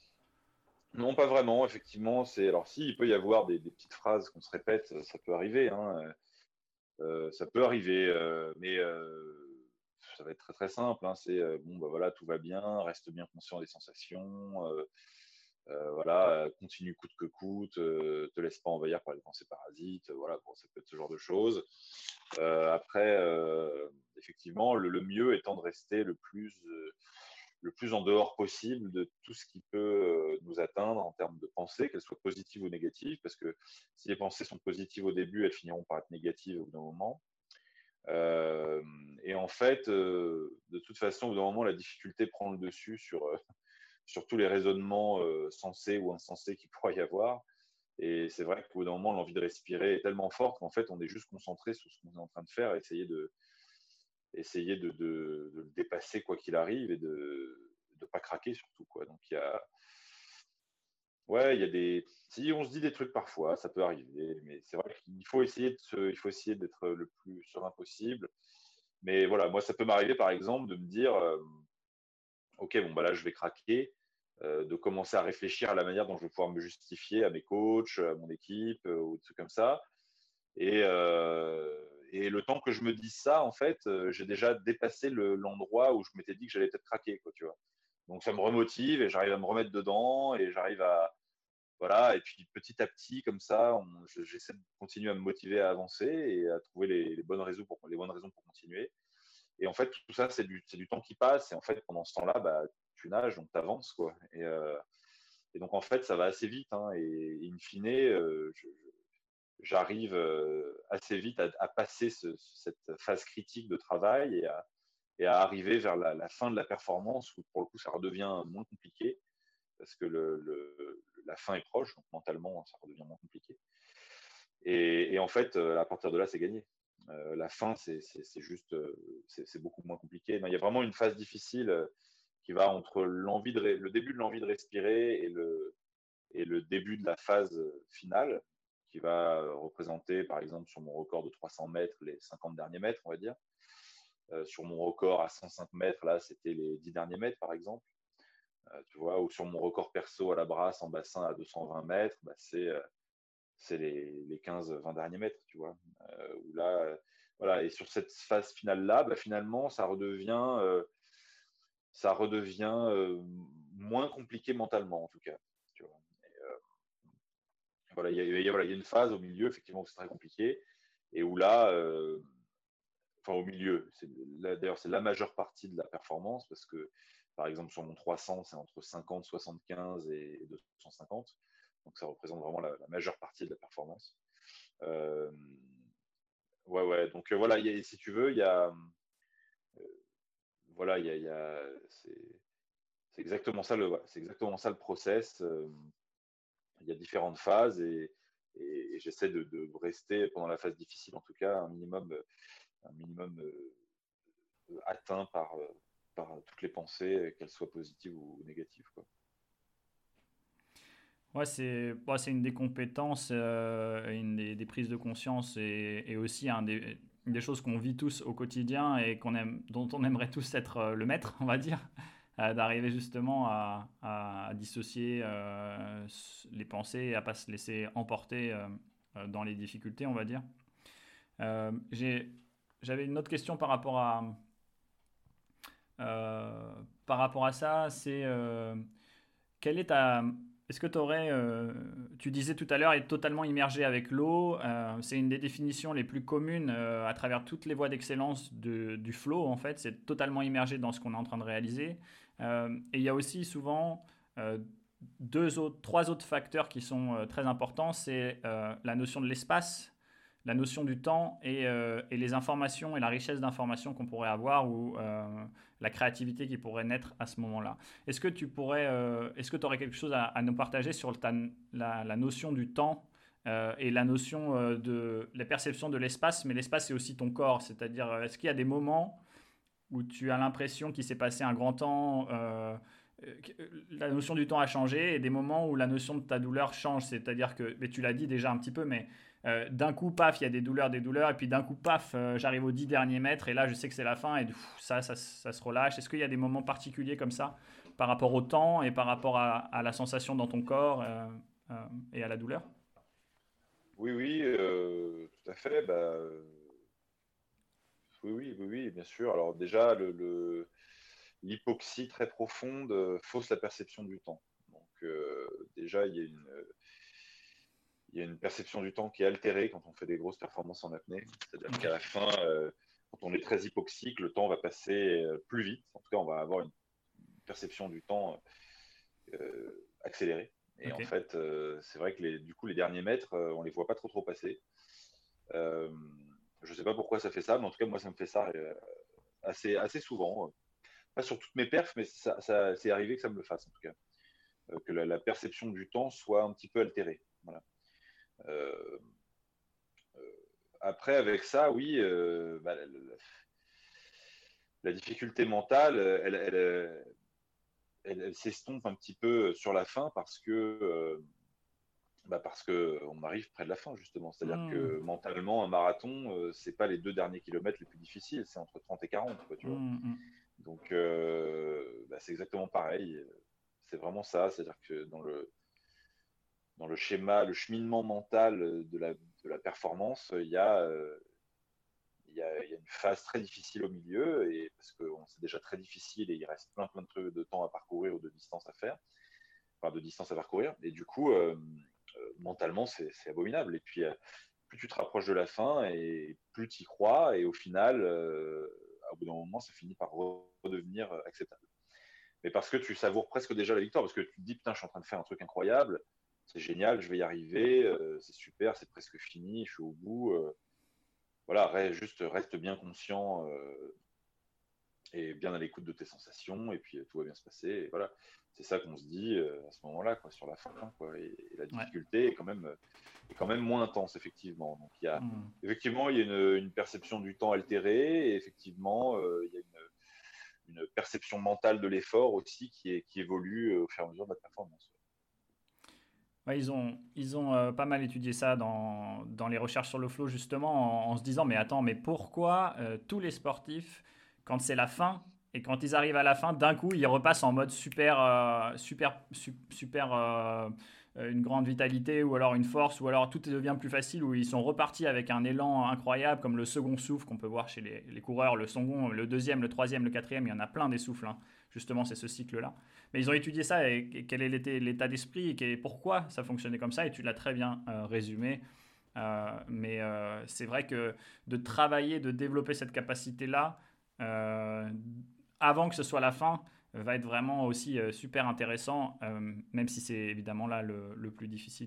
non, pas vraiment. Effectivement, c'est alors si il peut y avoir des, des petites phrases qu'on se répète, ça peut arriver. Hein. Euh, ça peut arriver, euh, mais euh, ça va être très très simple. Hein. C'est euh, bon, bah voilà, tout va bien, reste bien conscient des sensations. Euh, euh, voilà, continue coûte que coûte, euh, te laisse pas envahir par les pensées parasites. Voilà, bon, ça peut être ce genre de choses. Euh, après, euh, effectivement, le, le mieux étant de rester le plus euh, le plus en dehors possible de tout ce qui peut euh, nous atteindre en termes de pensée, qu'elles soient positives ou négatives, parce que si les pensées sont positives au début, elles finiront par être négatives au bout d'un moment. Euh, et en fait, euh, de toute façon, au bout d'un moment, la difficulté prend le dessus sur, euh, sur tous les raisonnements euh, sensés ou insensés qu'il pourrait y avoir. Et c'est vrai qu'au bout d'un moment, l'envie de respirer est tellement forte qu'en fait, on est juste concentré sur ce qu'on est en train de faire, et essayer de, essayer de, de, de le dépasser quoi qu'il arrive et de ne pas craquer surtout. Quoi. Donc il y a, ouais, il y a des, si on se dit des trucs parfois, ça peut arriver, mais c'est vrai qu'il faut essayer de se, il faut essayer d'être le plus serein possible. Mais voilà, moi ça peut m'arriver par exemple de me dire, euh, ok, bon bah là je vais craquer, euh, de commencer à réfléchir à la manière dont je vais pouvoir me justifier à mes coachs, à mon équipe, euh, ou des trucs comme ça. Et, euh, et le temps que je me dise ça, en fait, euh, j'ai déjà dépassé le, l'endroit où je m'étais dit que j'allais peut-être craquer, quoi, tu vois. Donc ça me remotive et j'arrive à me remettre dedans et j'arrive à, voilà, et puis petit à petit, comme ça, on, je, j'essaie de continuer à me motiver à avancer et à trouver les, les bonnes raisons pour, les bonnes raisons pour continuer. Et en fait, tout ça, c'est du, c'est du temps qui passe. Et en fait, pendant ce temps-là, bah, tu nages, donc tu avances, quoi. Et, euh, et donc, en fait, ça va assez vite. Hein, et, et in fine, euh, je, j'arrive euh, assez vite à, à passer ce, cette phase critique de travail et à, et à arriver vers la, la, fin de la performance où pour le coup ça redevient moins compliqué parce que le, le, la fin est proche, donc mentalement ça redevient moins compliqué. Et, et en fait, à partir de là, c'est gagné. Euh, la fin, c'est, c'est, c'est juste, c'est, c'est beaucoup moins compliqué. Mais il y a vraiment une phase difficile qui va entre l'envie de, le début de l'envie de respirer et le, et le début de la phase finale, qui va représenter, par exemple, sur mon record de trois cents mètres, les cinquante derniers mètres, on va dire. Euh, sur mon record à cent cinq mètres, là, c'était les dix derniers mètres, par exemple. Euh, tu vois, ou sur mon record perso à la brasse en bassin à deux cent vingt mètres, bah, c'est, euh, c'est les, les quinze vingt derniers mètres, tu vois. Euh, où là, euh, voilà. Et sur cette phase finale-là, bah, finalement, ça redevient, euh, ça redevient euh, moins compliqué mentalement, en tout cas. Tu vois. Voilà, il y, a, il, y a, voilà, il y a une phase au milieu, effectivement, où c'est très compliqué, et où là, euh, enfin au milieu, c'est, là, d'ailleurs, c'est la majeure partie de la performance, parce que, par exemple, sur mon trois cents, c'est entre cinquante, soixante-quinze et deux cent cinquante, donc ça représente vraiment la, la majeure partie de la performance. Euh, ouais, ouais, donc euh, voilà, y a, si tu veux, il y a, euh, voilà, il y a, y a c'est, c'est exactement ça le, c'est exactement ça le process. Euh, il y a différentes phases et, et, et j'essaie de, de, rester pendant la phase difficile, en tout cas, un minimum, un minimum euh, atteint par, euh, par toutes les pensées, qu'elles soient positives ou négatives. Quoi. Ouais, c'est ouais, c'est une des compétences, euh, une des, des prises de conscience et, et aussi un des, une des choses qu'on vit tous au quotidien et qu'on aime, dont on aimerait tous être euh, le maître, on va dire. euh, d'arriver justement à, à- à dissocier euh, s- les pensées et à pas se laisser emporter euh, euh, dans les difficultés, on va dire. Euh, j'ai, j'avais une autre question par rapport à, euh, par rapport à ça, c'est euh, quelle est ta... Est-ce que tu aurais, euh, tu disais tout à l'heure, être totalement immergé avec l'eau, euh, c'est une des définitions les plus communes euh, à travers toutes les voies d'excellence de- du flow, en fait, c'est totalement immergé dans ce qu'on est en train de réaliser. Euh, et il y a aussi souvent euh, deux autres, trois autres facteurs qui sont euh, très importants, c'est euh, la notion de l'espace, la notion du temps et, euh, et les informations et la richesse d'informations qu'on pourrait avoir ou euh, la créativité qui pourrait naître à ce moment-là. Est-ce que tu pourrais, euh, est-ce que tu aurais quelque chose à, à nous partager sur ta- la, la notion du temps euh, et la notion euh, de la perception de l'espace, mais l'espace c'est aussi ton corps, c'est-à-dire euh, est-ce qu'il y a des moments où tu as l'impression qu'il s'est passé un grand temps, euh, euh, la notion du temps a changé, et des moments où la notion de ta douleur change, c'est-à-dire que, mais tu l'as dit déjà un petit peu, mais euh, d'un coup, paf, il y a des douleurs, des douleurs, et puis d'un coup, paf, euh, j'arrive aux dix derniers mètres, et là, je sais que c'est la fin, et pff, ça, ça, ça se relâche. Est-ce qu'il y a des moments particuliers comme ça, par rapport au temps et par rapport à, à la sensation dans ton corps euh, euh, et à la douleur? Oui, oui, euh, tout à fait. Bah, euh, oui, oui, oui, oui, bien sûr. Alors déjà, le, le- l'hypoxie très profonde euh, fausse la perception du temps. Donc euh, déjà, il y a une, il y a une perception du temps qui est altérée quand on fait des grosses performances en apnée. C'est-à-dire Ok. qu'à la fin, euh, quand on est très hypoxique, le temps va passer euh, plus vite. En tout cas, on va avoir une perception du temps euh, accélérée. Et Ok. en fait, euh, c'est vrai que les, du coup, les derniers mètres, euh, on les voit pas trop trop passer. Euh, je sais pas pourquoi ça fait ça, mais en tout cas, moi, ça me fait ça euh, assez, assez souvent. Pas sur toutes mes perfs, mais ça, ça c'est arrivé que ça me le fasse, en tout cas. Euh, que la, la, perception du temps soit un petit peu altérée. Voilà. Euh, Après, avec ça, oui, euh, bah, la, la, difficulté mentale, elle, elle, elle, elle s'estompe un petit peu sur la fin parce que euh, bah parce que on arrive près de la fin justement. C'est-à-dire Hmm. que mentalement, un marathon, euh, c'est pas les deux derniers kilomètres les plus difficiles, c'est entre trente et quarante, quoi, tu vois. Hmm, hmm. Donc euh, bah, c'est exactement pareil. C'est vraiment ça. C'est-à-dire que dans le dans le schéma, le cheminement mental de la, de la performance, il y a euh, il y, a, il y a une phase très difficile au milieu, et parce que c'est déjà très difficile et il reste plein plein de trucs de temps à parcourir ou de distance à faire, enfin de distance à parcourir, et du coup, euh, euh, mentalement, c'est abominable. Et puis, euh, plus tu te rapproches de la fin, et plus tu y crois, et au final, euh, au bout d'un moment, ça finit par redevenir acceptable. Mais parce que tu savoures presque déjà la victoire, parce que tu te dis, putain, je suis en train de faire un truc incroyable, c'est génial, je vais y arriver, euh, c'est super, c'est presque fini, je suis au bout. Euh, voilà, reste, juste reste bien conscient euh, et bien à l'écoute de tes sensations, et puis euh, tout va bien se passer. Et voilà, c'est ça qu'on se dit euh, à ce moment-là, quoi, sur la fin, quoi. Et, et la Ouais. difficulté est quand même euh, est quand même moins intense, effectivement. Donc il y a Hmm. effectivement il y a une, une perception du temps altérée, et effectivement euh, il y a une, une perception mentale de l'effort aussi qui, est, qui évolue euh, au fur et à mesure de la performance. Ouais, ils ont, ils ont euh, pas mal étudié ça dans, dans les recherches sur le flow, justement, en, en se disant, mais attends, mais pourquoi euh, tous les sportifs, quand c'est la fin, et quand ils arrivent à la fin, d'un coup, ils repassent en mode super, euh, super, su- super, euh, euh, une grande vitalité, ou alors une force, ou alors tout devient plus facile, où ils sont repartis avec un élan incroyable, comme le second souffle qu'on peut voir chez les, les coureurs, le second, le deuxième, le troisième, le quatrième, il y en a plein des souffles, hein. Justement, c'est ce cycle-là. Mais ils ont étudié ça et, et quel était l'état d'esprit et pourquoi ça fonctionnait comme ça. Et tu l'as très bien euh, résumé. Euh, mais euh, c'est vrai que de travailler, de développer cette capacité-là, euh, avant que ce soit la fin, va être vraiment aussi euh, super intéressant, euh, même si c'est évidemment là le, le, plus difficile.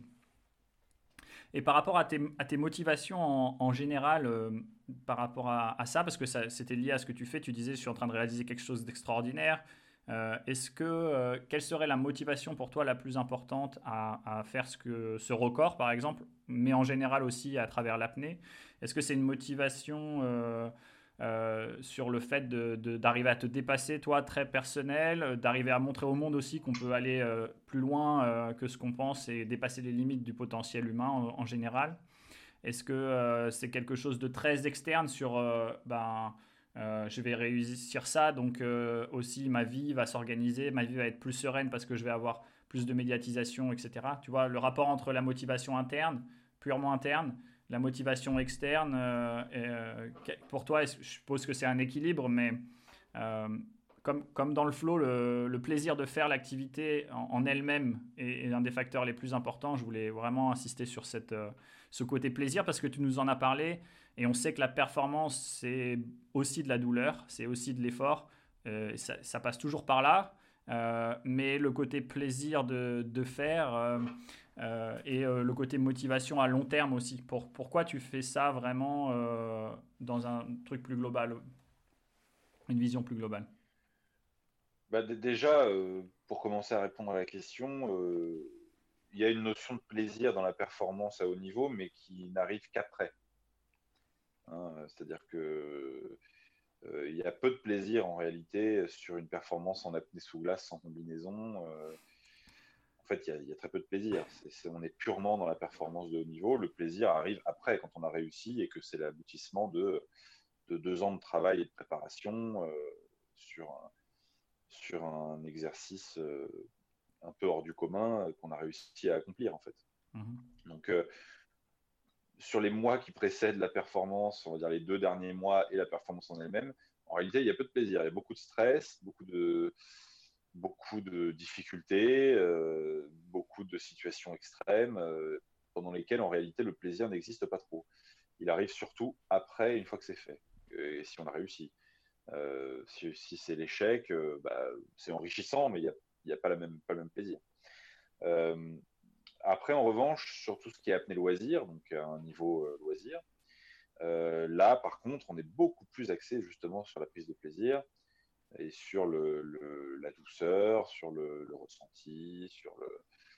Et par rapport à tes, à tes motivations en, en général, euh, par rapport à, à ça, parce que c'était lié à ce que tu fais, tu disais je suis en train de réaliser quelque chose d'extraordinaire. Euh, Est-ce que euh, quelle serait la motivation pour toi la plus importante à, à faire ce, que, ce record par exemple, mais en général aussi à travers l'apnée? Est-ce que c'est une motivation euh, euh, sur le fait d'arriver de, de, à te dépasser, toi, très personnel, d'arriver à montrer au monde aussi qu'on peut aller euh, plus loin euh, que ce qu'on pense et dépasser les limites du potentiel humain en, en général? Est-ce que euh, c'est quelque chose de très externe sur euh, ben, euh, je vais réussir ça, donc euh, aussi ma vie va s'organiser, ma vie va être plus sereine parce que je vais avoir plus de médiatisation, et cetera. Tu vois, le rapport entre la motivation interne, purement interne, la motivation externe, euh, et, euh, pour toi, je suppose que c'est un équilibre, mais euh, comme, comme dans le flow, le, le plaisir de faire l'activité en, en elle-même est, est un des facteurs les plus importants. Je voulais vraiment insister sur cette, euh, ce côté plaisir parce que tu nous en as parlé et on sait que la performance, c'est aussi de la douleur, c'est aussi de l'effort. Euh, ça, ça passe toujours par là. Euh, mais le côté plaisir de, de faire euh, euh, et euh, le côté motivation à long terme aussi. Pour, pourquoi tu fais ça vraiment euh, dans un truc plus global, une vision plus globale? Bah, d- déjà, euh, pour commencer à répondre à la question, euh, il y a une notion de plaisir dans la performance à haut niveau, mais qui n'arrive qu'après, hein. C'est-à-dire que euh, il y a peu de plaisir en réalité sur une performance en apnée sous glace sans combinaison. Euh, en fait, il y, a, il y a très peu de plaisir. C'est, c'est- on est purement dans la performance de haut niveau. Le plaisir arrive après, quand on a réussi et que c'est l'aboutissement de, de deux ans de travail et de préparation euh, sur un, sur un exercice euh, un peu hors du commun euh, qu'on a réussi à accomplir en fait. Mhm. Donc euh, sur les mois qui précèdent la performance, on va dire les deux derniers mois et la performance en elle-même, en réalité, il y a peu de plaisir. Il y a beaucoup de stress, beaucoup de, beaucoup de difficultés, euh, beaucoup de situations extrêmes euh, pendant lesquelles, en réalité, le plaisir n'existe pas trop. Il arrive surtout après, une fois que c'est fait, et si on a réussi. Euh, si, si c'est l'échec, euh, bah, c'est enrichissant, mais il n'y a, il y a pas, la même, pas le même plaisir. Euh, Après, en revanche, sur tout ce qui est apnée loisir, donc à un niveau euh, loisir, euh, là, par contre, on est beaucoup plus axé justement sur la prise de plaisir et sur le, le, la douceur, sur le, le ressenti, sur le,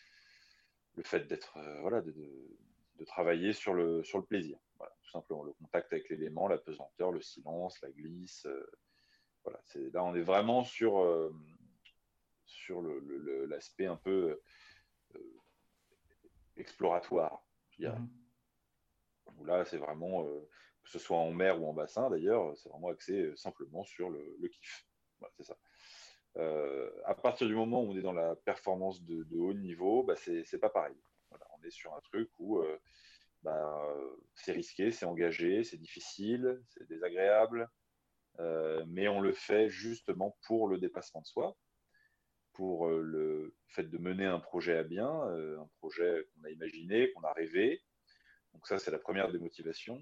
le fait d'être, euh, voilà, de, de, de, travailler sur le, sur le plaisir. Voilà, tout simplement, le contact avec l'élément, la pesanteur, le silence, la glisse. Euh, voilà, c'est, là, on est vraiment sur, euh, sur le, le, l'aspect un peu euh, exploratoire, je dirais. Mhm. Où là, c'est vraiment, euh, que ce soit en mer ou en bassin d'ailleurs, c'est vraiment axé euh, simplement sur le, le kiff. Voilà, c'est ça. Euh, à partir du moment où on est dans la performance de, de haut niveau, bah, c'est, c'est pas pareil. Voilà, on est sur un truc où euh, bah, euh, c'est risqué, c'est engagé, c'est difficile, c'est désagréable, euh, mais on le fait justement pour le dépassement de soi, pour euh, le fait de mener un projet à bien, euh, un projet qu'on a imaginé, qu'on a rêvé. Donc ça, c'est la première des motivations.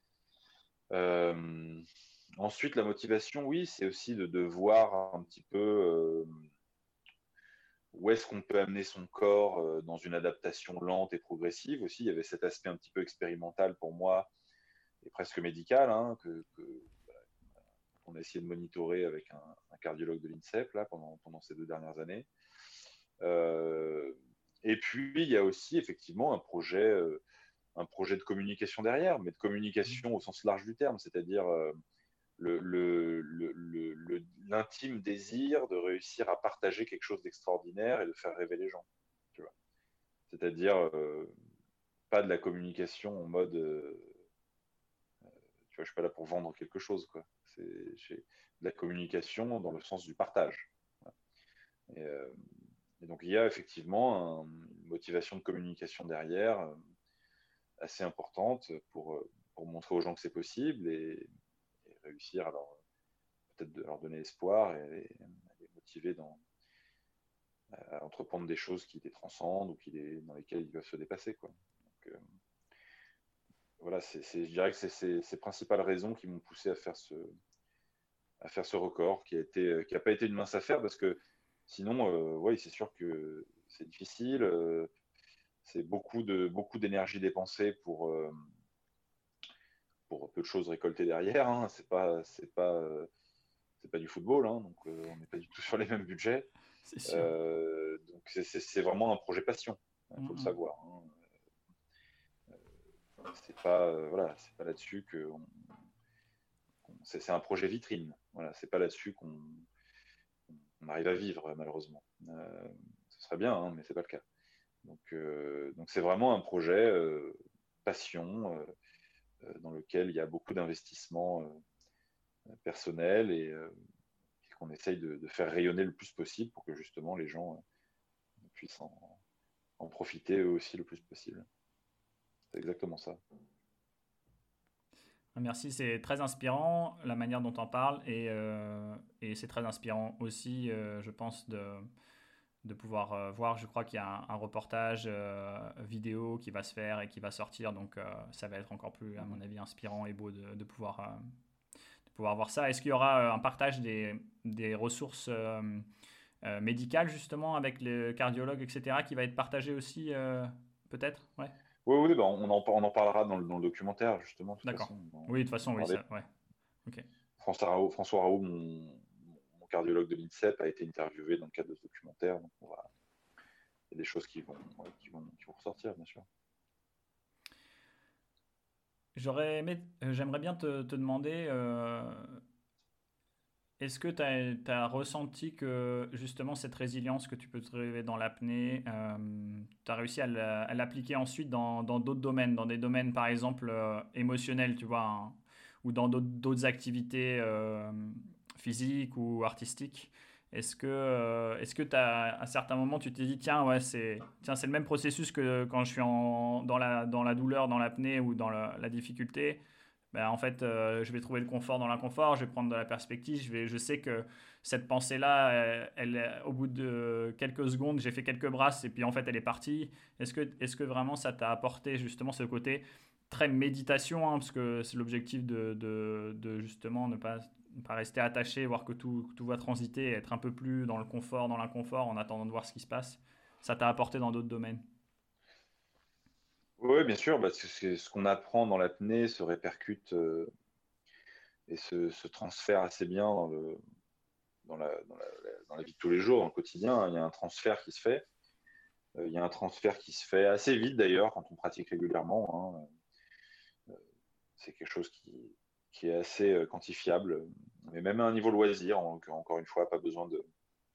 Euh, Ensuite, la motivation, oui, c'est aussi de, de voir un petit peu euh, où est-ce qu'on peut amener son corps euh, dans une adaptation lente et progressive aussi. Il y avait cet aspect un petit peu expérimental pour moi et presque médical hein, que, que qu'on a essayé de monitorer avec un, un cardiologue de l'INSEP là, pendant, pendant ces deux dernières années. Euh, et puis, il y a aussi effectivement un projet, euh, un projet de communication derrière, mais de communication au sens large du terme, c'est-à-dire euh, le, le, le, le, l'intime désir de réussir à partager quelque chose d'extraordinaire et de faire rêver les gens. Tu vois. C'est-à-dire euh, pas de la communication en mode, euh, tu vois, je suis pas là pour vendre quelque chose, quoi. C'est, c'est de la communication dans le sens du partage. Et, euh, et donc il y a effectivement un, une motivation de communication derrière euh, assez importante pour, pour montrer aux gens que c'est possible et, et réussir à leur peut-être de leur donner espoir et, et les motiver dans, à entreprendre des choses qui les transcendent ou qui les, dans lesquelles ils doivent se dépasser. Quoi. Donc, euh, voilà, c'est, c'est, je dirais que c'est ces, ces principales raisons qui m'ont poussé à faire ce, à faire ce record, qui a été, qui a pas été une mince affaire parce que sinon, euh, ouais, c'est sûr que c'est difficile. Euh, c'est beaucoup de beaucoup d'énergie dépensée pour euh, pour peu de choses récoltées derrière. Hein. C'est pas c'est pas euh, c'est pas du football, hein, donc euh, on n'est pas du tout sur les mêmes budgets. C'est sûr. Euh, donc c'est, c'est, c'est vraiment un projet passion, il faut le Mhm. savoir. Hein. C'est pas euh, voilà, c'est pas là-dessus que on, c'est, c'est un projet vitrine. Voilà, c'est pas là-dessus qu'on on arrive à vivre malheureusement. Euh, ce serait bien, hein, mais c'est pas le cas. Donc euh, donc c'est vraiment un projet euh, passion euh, dans lequel il y a beaucoup d'investissements euh, personnel et, euh, et qu'on essaye de, de faire rayonner le plus possible pour que justement les gens euh, puissent en, en profiter eux aussi le plus possible. C'est exactement ça. Merci, c'est très inspirant la manière dont on parle et, euh, et c'est très inspirant aussi, euh, je pense, de, de pouvoir euh, voir. Je crois qu'il y a un, un reportage euh, vidéo qui va se faire et qui va sortir, donc euh, ça va être encore plus, à mon avis, inspirant et beau de, de pouvoir, euh, de pouvoir voir ça. Est-ce qu'il y aura euh, un partage des, des ressources euh, euh, médicales justement avec les cardiologues, et cetera, qui va être partagé aussi, euh, peut-être? Ouais, Oui, oui, bah, on, en, on en parlera dans le, dans le documentaire, justement, de toute d'accord. façon. On Oui, de toute va en façon, oui, parler. ça, ouais. Ok. François Raoult, François Raoult mon, mon cardiologue de l'INSEP, a été interviewé dans le cadre de ce documentaire. Donc on va, il y a des choses qui vont, ouais, qui vont, qui vont ressortir, bien sûr. J'aurais aimé, euh, j'aimerais bien te, te demander, euh, est-ce que tu as, ressenti que justement cette résilience que tu peux trouver dans l'apnée, tu as réussi à la- à l'appliquer ensuite dans dans d'autres domaines, dans des domaines par exemple euh, émotionnels, tu vois, hein, ou dans d'autres d'autres activités euh, physiques ou artistiques? Est-ce que, euh, est-ce que t'as, à certains moments, tu t'es dit, tiens, ouais, c'est, tiens, c'est le même processus que quand je suis en, dans la, dans la douleur, dans l'apnée ou dans la, la difficulté? Ben, en fait, euh, je vais trouver le confort dans l'inconfort, je vais prendre de la perspective, je vais, je sais que cette pensée-là, elle, elle- au bout de quelques secondes, j'ai fait quelques brasses et puis en fait, elle est partie. Est-ce que, est-ce que vraiment ça t'a apporté justement ce côté très méditation, hein, parce que c'est l'objectif de, de, de justement ne pas, ne pas rester attaché, voir que tout, que tout va transiter, être un peu plus dans le confort, dans l'inconfort, en attendant de voir ce qui se passe. Ça t'a apporté dans d'autres domaines. Oui, bien sûr, parce que c'est ce qu'on apprend dans l'apnée se répercute euh, et se, se transfère assez bien dans, le, dans, la, dans, la, dans la vie de tous les jours, dans le quotidien. Il y a un transfert qui se fait. Euh, il y a un transfert qui se fait assez vite d'ailleurs quand on pratique régulièrement, hein. C'est quelque chose qui, qui est assez euh, quantifiable, mais même à un niveau loisir, en- encore une fois, pas besoin de,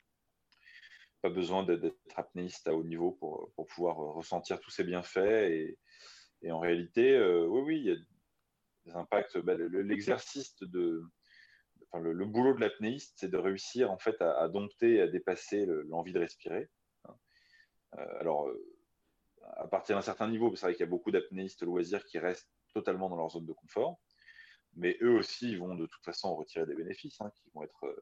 pas besoin d'être d'être apnéiste à haut niveau pour, pour pouvoir euh, ressentir tous ces bienfaits. Et, et en réalité, euh, oui, oui, il y a des impacts. Bah, le- l'exercice de, enfin, le, le boulot de l'apnéiste, c'est de réussir en fait à, à dompter et à dépasser le- l'envie de respirer, hein. Euh, alors, euh, à partir d'un certain niveau, c'est vrai qu'il y a beaucoup d'apnéistes loisirs qui restent totalement dans leur zone de confort, mais eux aussi, ils vont de toute façon en retirer des bénéfices, hein, qui vont être euh,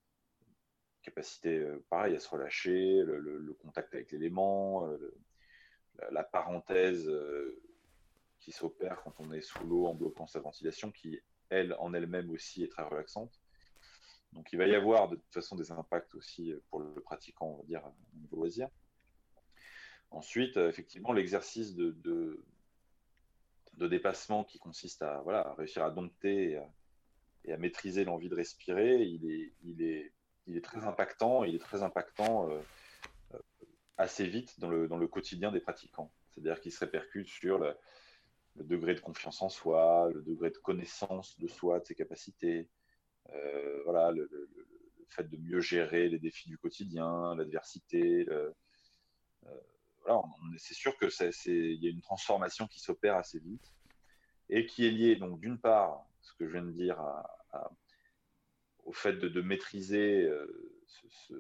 capacité, euh, pareil, à se relâcher, le, le- le contact avec l'élément, euh, le- la, la parenthèse euh, qui s'opère quand on est sous l'eau en bloquant sa ventilation, qui, elle, en elle-même aussi, est très relaxante. Donc il va y avoir de toute façon des impacts aussi pour le pratiquant, on va dire, au niveau loisir. Ensuite, euh, effectivement, l'exercice de, de, de dépassement qui consiste à, voilà, à réussir à dompter et à, et à maîtriser l'envie de respirer, il est, il est, il est très impactant. Il est très impactant euh, assez vite dans le, dans le quotidien des pratiquants. C'est-à-dire qu'il se répercute sur le, le degré de confiance en soi, le degré de connaissance de soi, de ses capacités, euh, voilà, le, le, le, fait de mieux gérer les défis du quotidien, l'adversité. Le, euh, voilà, c'est sûr que c'est, c'est, y a une transformation qui s'opère assez vite et qui est liée, donc, d'une part, ce que je viens de dire, à, à, au fait de, de maîtriser euh, ce,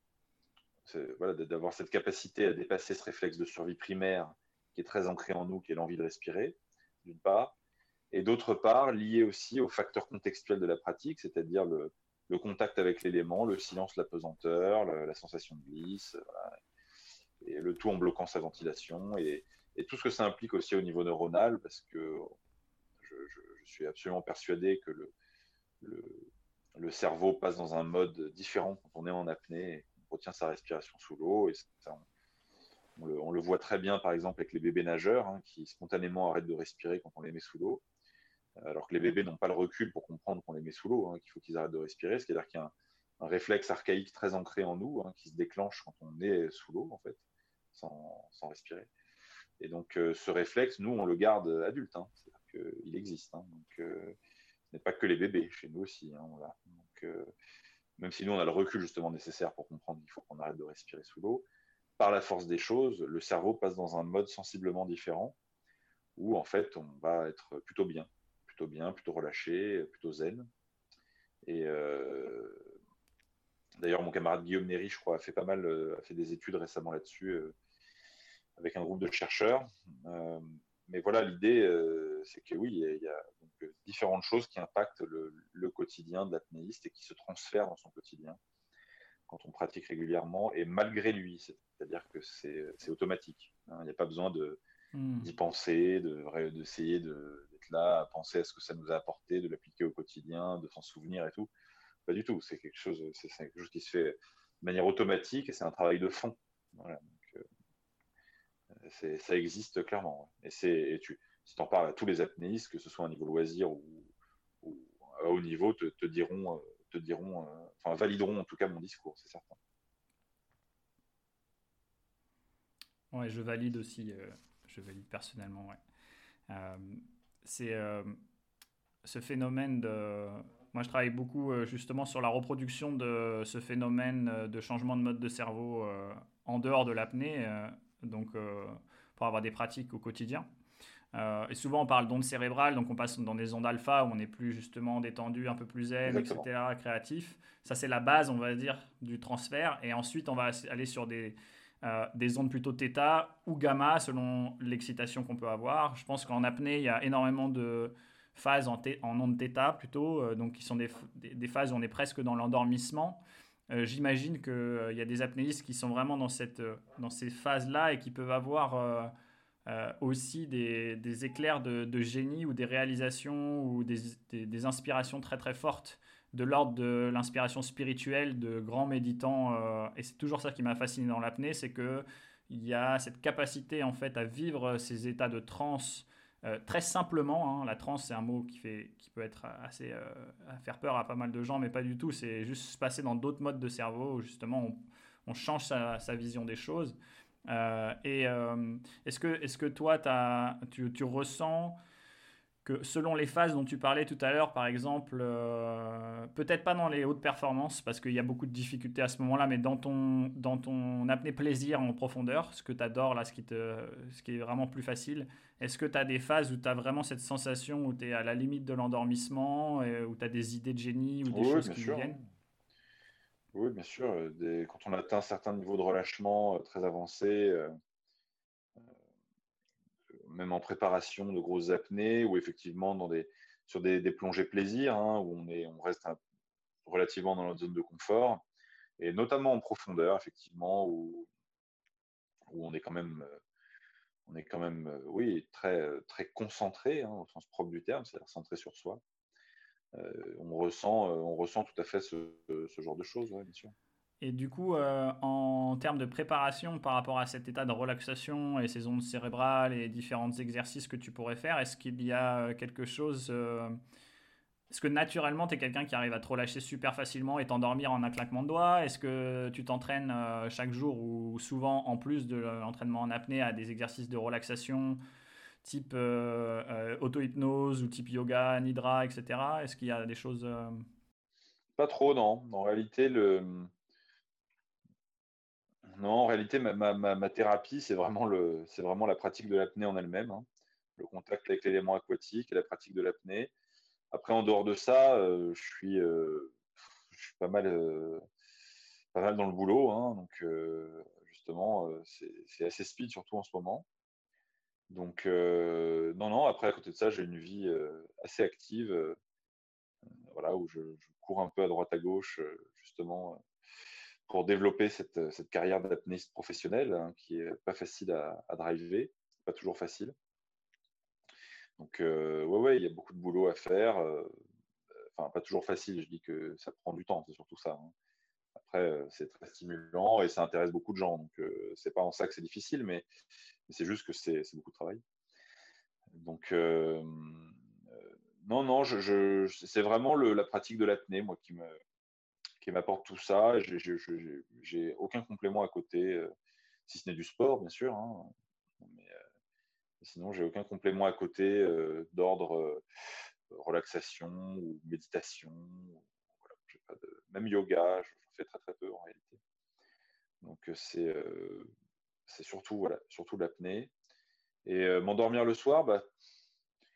ce, voilà, d'avoir cette capacité à dépasser ce réflexe de survie primaire qui est très ancré en nous, qui est l'envie de respirer, d'une part, et d'autre part, lié aussi aux facteurs contextuels de la pratique, c'est-à-dire le, le contact avec l'élément, le silence, la pesanteur, la, la sensation de glisse, voilà, et le tout en bloquant sa ventilation, et, et, tout ce que ça implique aussi au niveau neuronal, parce que je, je, je suis absolument persuadé que le, le, le, cerveau passe dans un mode différent quand on est en apnée et qu'on retient sa respiration sous l'eau, et ça, on, on, le, on le voit très bien, par exemple, avec les bébés nageurs, hein, qui spontanément arrêtent de respirer quand on les met sous l'eau, alors que les bébés n'ont pas le recul pour comprendre qu'on les met sous l'eau, hein, qu'il faut qu'ils arrêtent de respirer, c'est-à-dire qu'il y a un, un réflexe archaïque très ancré en nous, hein, qui se déclenche quand on est sous l'eau, en fait, sans, sans respirer. Et donc, euh, ce réflexe, nous, on le garde adulte, hein, c'est-à-dire qu'il existe. Hein, donc, euh, ce n'est pas que les bébés, chez nous aussi. Hein, voilà. Donc, euh, même si nous, on a le recul justement nécessaire pour comprendre qu'il faut qu'on arrête de respirer sous l'eau, par la force des choses, le cerveau passe dans un mode sensiblement différent, où en fait, on va être plutôt bien, plutôt bien, plutôt relâché, plutôt zen. Et euh, d'ailleurs, mon camarade Guillaume Néry, je crois, a fait pas mal, euh, a fait des études récemment là-dessus euh, avec un groupe de chercheurs. Euh, mais voilà, l'idée, euh, c'est que oui, il y a, il y a donc, euh, différentes choses qui impactent le, le quotidien de l'apnéiste et qui se transfèrent dans son quotidien quand on pratique régulièrement et malgré lui, c'est-à-dire que c'est c'est automatique. Hein, il n'y a pas besoin de Hmm. d'y penser, de d'essayer de, d'être là, à penser à ce que ça nous a apporté, de l'appliquer au quotidien, de s'en souvenir et tout. Pas du tout. C'est quelque chose, c'est quelque chose qui se fait de manière automatique et c'est un travail de fond. Voilà. Donc, euh, ça existe clairement. Ouais. Et, c'est, et tu, si tu en parles à tous les apnéistes, que ce soit à un niveau loisir ou, ou à haut niveau, te, te diront, euh, te diront, euh, enfin valideront en tout cas mon discours, c'est certain. Ouais, je valide aussi, euh, je valide personnellement, ouais. Euh, c'est euh, ce phénomène de... Moi, je travaille beaucoup euh, justement sur la reproduction de ce phénomène euh, de changement de mode de cerveau euh, en dehors de l'apnée, euh, donc euh, pour avoir des pratiques au quotidien. Euh, et souvent, on parle d'ondes cérébrales, donc on passe dans des ondes alpha où on est plus justement détendu, un peu plus zen, Exactement. et cetera, créatif. Ça, c'est la base, on va dire, du transfert. Et ensuite, on va aller sur des, euh, des ondes plutôt θ ou gamma selon l'excitation qu'on peut avoir. Je pense qu'en apnée, il y a énormément de phases en, en ondes θ plutôt, euh, donc qui sont des, des, des, phases où on est presque dans l'endormissement. Euh, J'imagine qu'il euh, y a des apnéistes qui sont vraiment dans, cette, euh, dans ces phases-là et qui peuvent avoir euh, euh, aussi des, des éclairs de, de, génie ou des réalisations ou des, des, des, inspirations très très fortes de l'ordre de l'inspiration spirituelle de grands méditants. Euh, et c'est toujours ça qui m'a fasciné dans l'apnée, c'est que il y a cette capacité en fait à vivre ces états de transe euh, très simplement. Hein. La transe, c'est un mot qui, fait, qui peut être assez euh, à faire peur à pas mal de gens, mais pas du tout. C'est juste se passer dans d'autres modes de cerveau où justement on, on change sa, sa vision des choses. Euh, et euh, est-ce que, est-ce que toi, t'as, tu, tu ressens que selon les phases dont tu parlais tout à l'heure, par exemple, euh, peut-être pas dans les hautes performances, parce qu'il y a beaucoup de difficultés à ce moment-là, mais dans ton, dans ton apnée plaisir en profondeur, ce que tu adores, là, ce qui, te, ce qui est vraiment plus facile, est-ce que tu as des phases où tu as vraiment cette sensation où tu es à la limite de l'endormissement, et où tu as des idées de génie ou des Oui, choses bien qui sûr. viennent? Hein. Oui, bien sûr. euh, Des, quand on atteint un certain niveau de relâchement euh, très avancé, euh, même en préparation de grosses apnées, ou effectivement dans des, sur des, des plongées plaisir, hein, où on, est, on reste un, relativement dans notre zone de confort, et notamment en profondeur, effectivement, où, où on est quand même, euh, on est quand même euh, oui, très, très concentré, hein, au sens propre du terme, c'est-à-dire centré sur soi. Euh, on, ressent, euh, on ressent tout à fait ce, ce genre de choses, ouais, bien sûr. Et du coup, euh, en termes de préparation par rapport à cet état de relaxation et ces ondes cérébrales et différents exercices que tu pourrais faire, est-ce qu'il y a euh, quelque chose... euh, est-ce que naturellement, tu es quelqu'un qui arrive à te relâcher super facilement et t'endormir en un claquement de doigts? Est-ce que tu t'entraînes euh, chaque jour ou souvent, en plus de l'entraînement en apnée, à des exercices de relaxation type euh, euh, auto-hypnose ou type yoga, nidra, et cetera. Est-ce qu'il y a des choses... euh, Pas trop, non. En réalité, le, non, en réalité, ma, ma, ma, ma thérapie, c'est vraiment, le, c'est vraiment la pratique de l'apnée en elle-même, hein. Le contact avec l'élément aquatique et la pratique de l'apnée. Après, en dehors de ça, euh, je, suis, euh, je suis pas mal, euh, pas mal dans le boulot, hein, donc euh, justement, euh, c'est, c'est assez speed, surtout en ce moment. Donc, euh, non, non, après, à côté de ça, j'ai une vie euh, assez active, euh, voilà, où je, je, cours un peu à droite à gauche, euh, justement, pour développer cette, cette carrière d'apnéiste professionnelle, hein, qui est pas facile à, à driver, pas toujours facile. Donc, euh, ouais, ouais, il y a beaucoup de boulot à faire. Euh, enfin, pas toujours facile, je dis que ça prend du temps, c'est surtout ça. Hein. Après, euh, c'est très stimulant et ça intéresse beaucoup de gens. Donc, euh, c'est pas en ça que c'est difficile, mais, mais c'est juste que c'est beaucoup de travail. Donc, euh, euh, non, non, je, je, c'est vraiment le, la pratique de l'apnée, moi, qui me, qui m'apporte tout ça. J'ai aucun complément à côté, euh, si ce n'est du sport, bien sûr. Hein. Mais, euh, sinon, j'ai aucun complément à côté euh, d'ordre euh, relaxation ou méditation. Voilà, pas de... Même yoga, je fais très très peu en réalité. Donc c'est euh, c'est surtout voilà, surtout l'apnée. Et euh, m'endormir le soir, bah,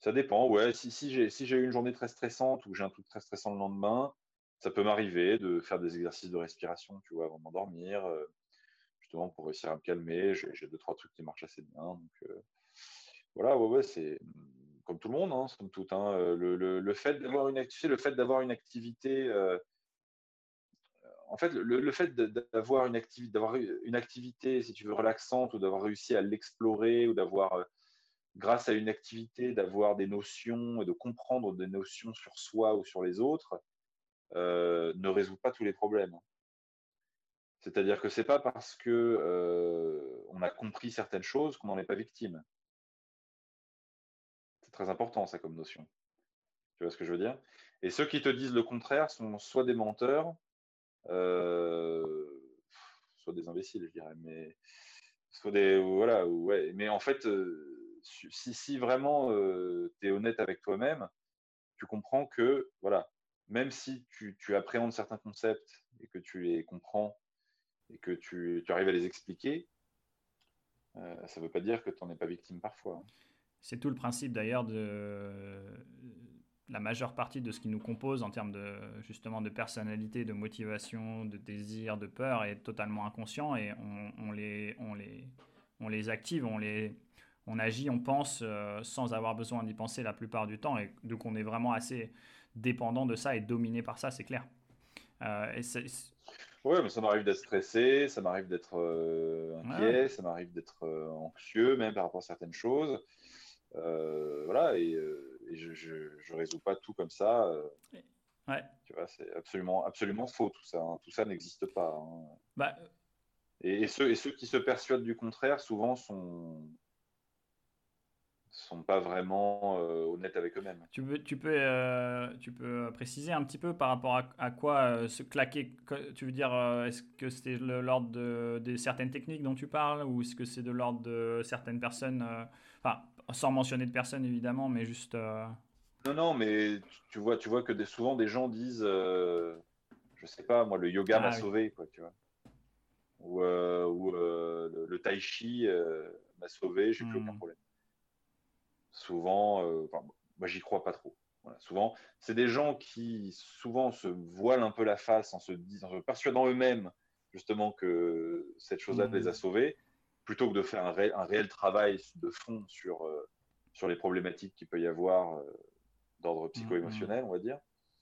Ça dépend, ouais. Si, si j'ai si j'ai eu une journée très stressante ou j'ai un truc très stressant le lendemain, ça peut m'arriver de faire des exercices de respiration, tu vois, avant de m'endormir, euh, justement pour réussir à me calmer. J'ai j'ai deux, trois trucs qui marchent assez bien. Donc, euh, voilà, ouais, ouais, c'est mm, comme tout le monde, hein, c'est comme tout. Hein, euh, le, le, le fait d'avoir une, acti- le fait d'avoir une activité, euh, en fait, le, le fait de- d'avoir une activité, d'avoir une activité, si tu veux, relaxante ou d'avoir réussi à l'explorer ou d'avoir euh, grâce à une activité, d'avoir des notions et de comprendre des notions sur soi ou sur les autres, euh, ne résout pas tous les problèmes. C'est-à-dire que c'est pas parce que euh, on a compris certaines choses qu'on n'en est pas victime. C'est très important ça comme notion. Tu vois ce que je veux dire? Et ceux qui te disent le contraire sont soit des menteurs, euh, soit des imbéciles, je dirais, mais soit des voilà, ouais. Mais en fait, euh, si, si vraiment euh, tu es honnête avec toi-même, tu comprends que, voilà, même si tu, tu appréhendes certains concepts et que tu les comprends et que tu, tu arrives à les expliquer, euh, ça ne veut pas dire que tu n'en es pas victime parfois. Hein. C'est tout le principe d'ailleurs de la majeure partie de ce qui nous compose en termes de justement de personnalité, de motivation, de désir, de peur est totalement inconscient et on, on les, on, les, on les active, on, les, on agit, on pense euh, sans avoir besoin d'y penser la plupart du temps et donc on est vraiment assez dépendant de ça et dominé par ça, c'est clair. Euh, et c'est, Ouais, mais ça m'arrive d'être stressé, ça m'arrive d'être euh, ouais, ouais. inquiet, ça m'arrive d'être euh, anxieux, même par rapport à certaines choses. Euh, voilà, et, euh, et je, je, je résous pas tout comme ça. euh, Ouais. tu vois, c'est absolument, absolument faux tout ça. Hein. Tout ça n'existe pas. Hein. Bah, Et, et ceux, et ceux qui se persuadent du contraire, souvent, sont, sont pas vraiment euh, honnêtes avec eux-mêmes. Tu peux, tu peux, euh, tu peux préciser un petit peu par rapport à, à quoi euh, se claquer. que- Tu veux dire, euh, est-ce que c'est de l'ordre de, de certaines techniques dont tu parles ou est-ce que c'est de l'ordre de certaines personnes, euh, enfin, sans mentionner de personnes évidemment, mais juste. euh, Non, non, mais tu, tu vois, tu vois que des, souvent des gens disent, euh, je sais pas, moi, le yoga m'a Ah oui. sauvé, quoi, tu vois. Ou, euh, ou euh, le, le tai chi euh, m'a sauvé, j'ai plus aucun Hmm. problème. Souvent, euh, enfin, moi, j'y crois pas trop. Voilà, souvent, c'est des gens qui souvent se voilent un peu la face en se disant, en se persuadant eux-mêmes justement que cette chose-là les a Hmm. sauvés, plutôt que de faire un, ré, un réel travail de fond sur, euh, sur les problématiques qu'il peut y avoir euh, d'ordre Hmm. Hmm. psycho-émotionnel, on va dire.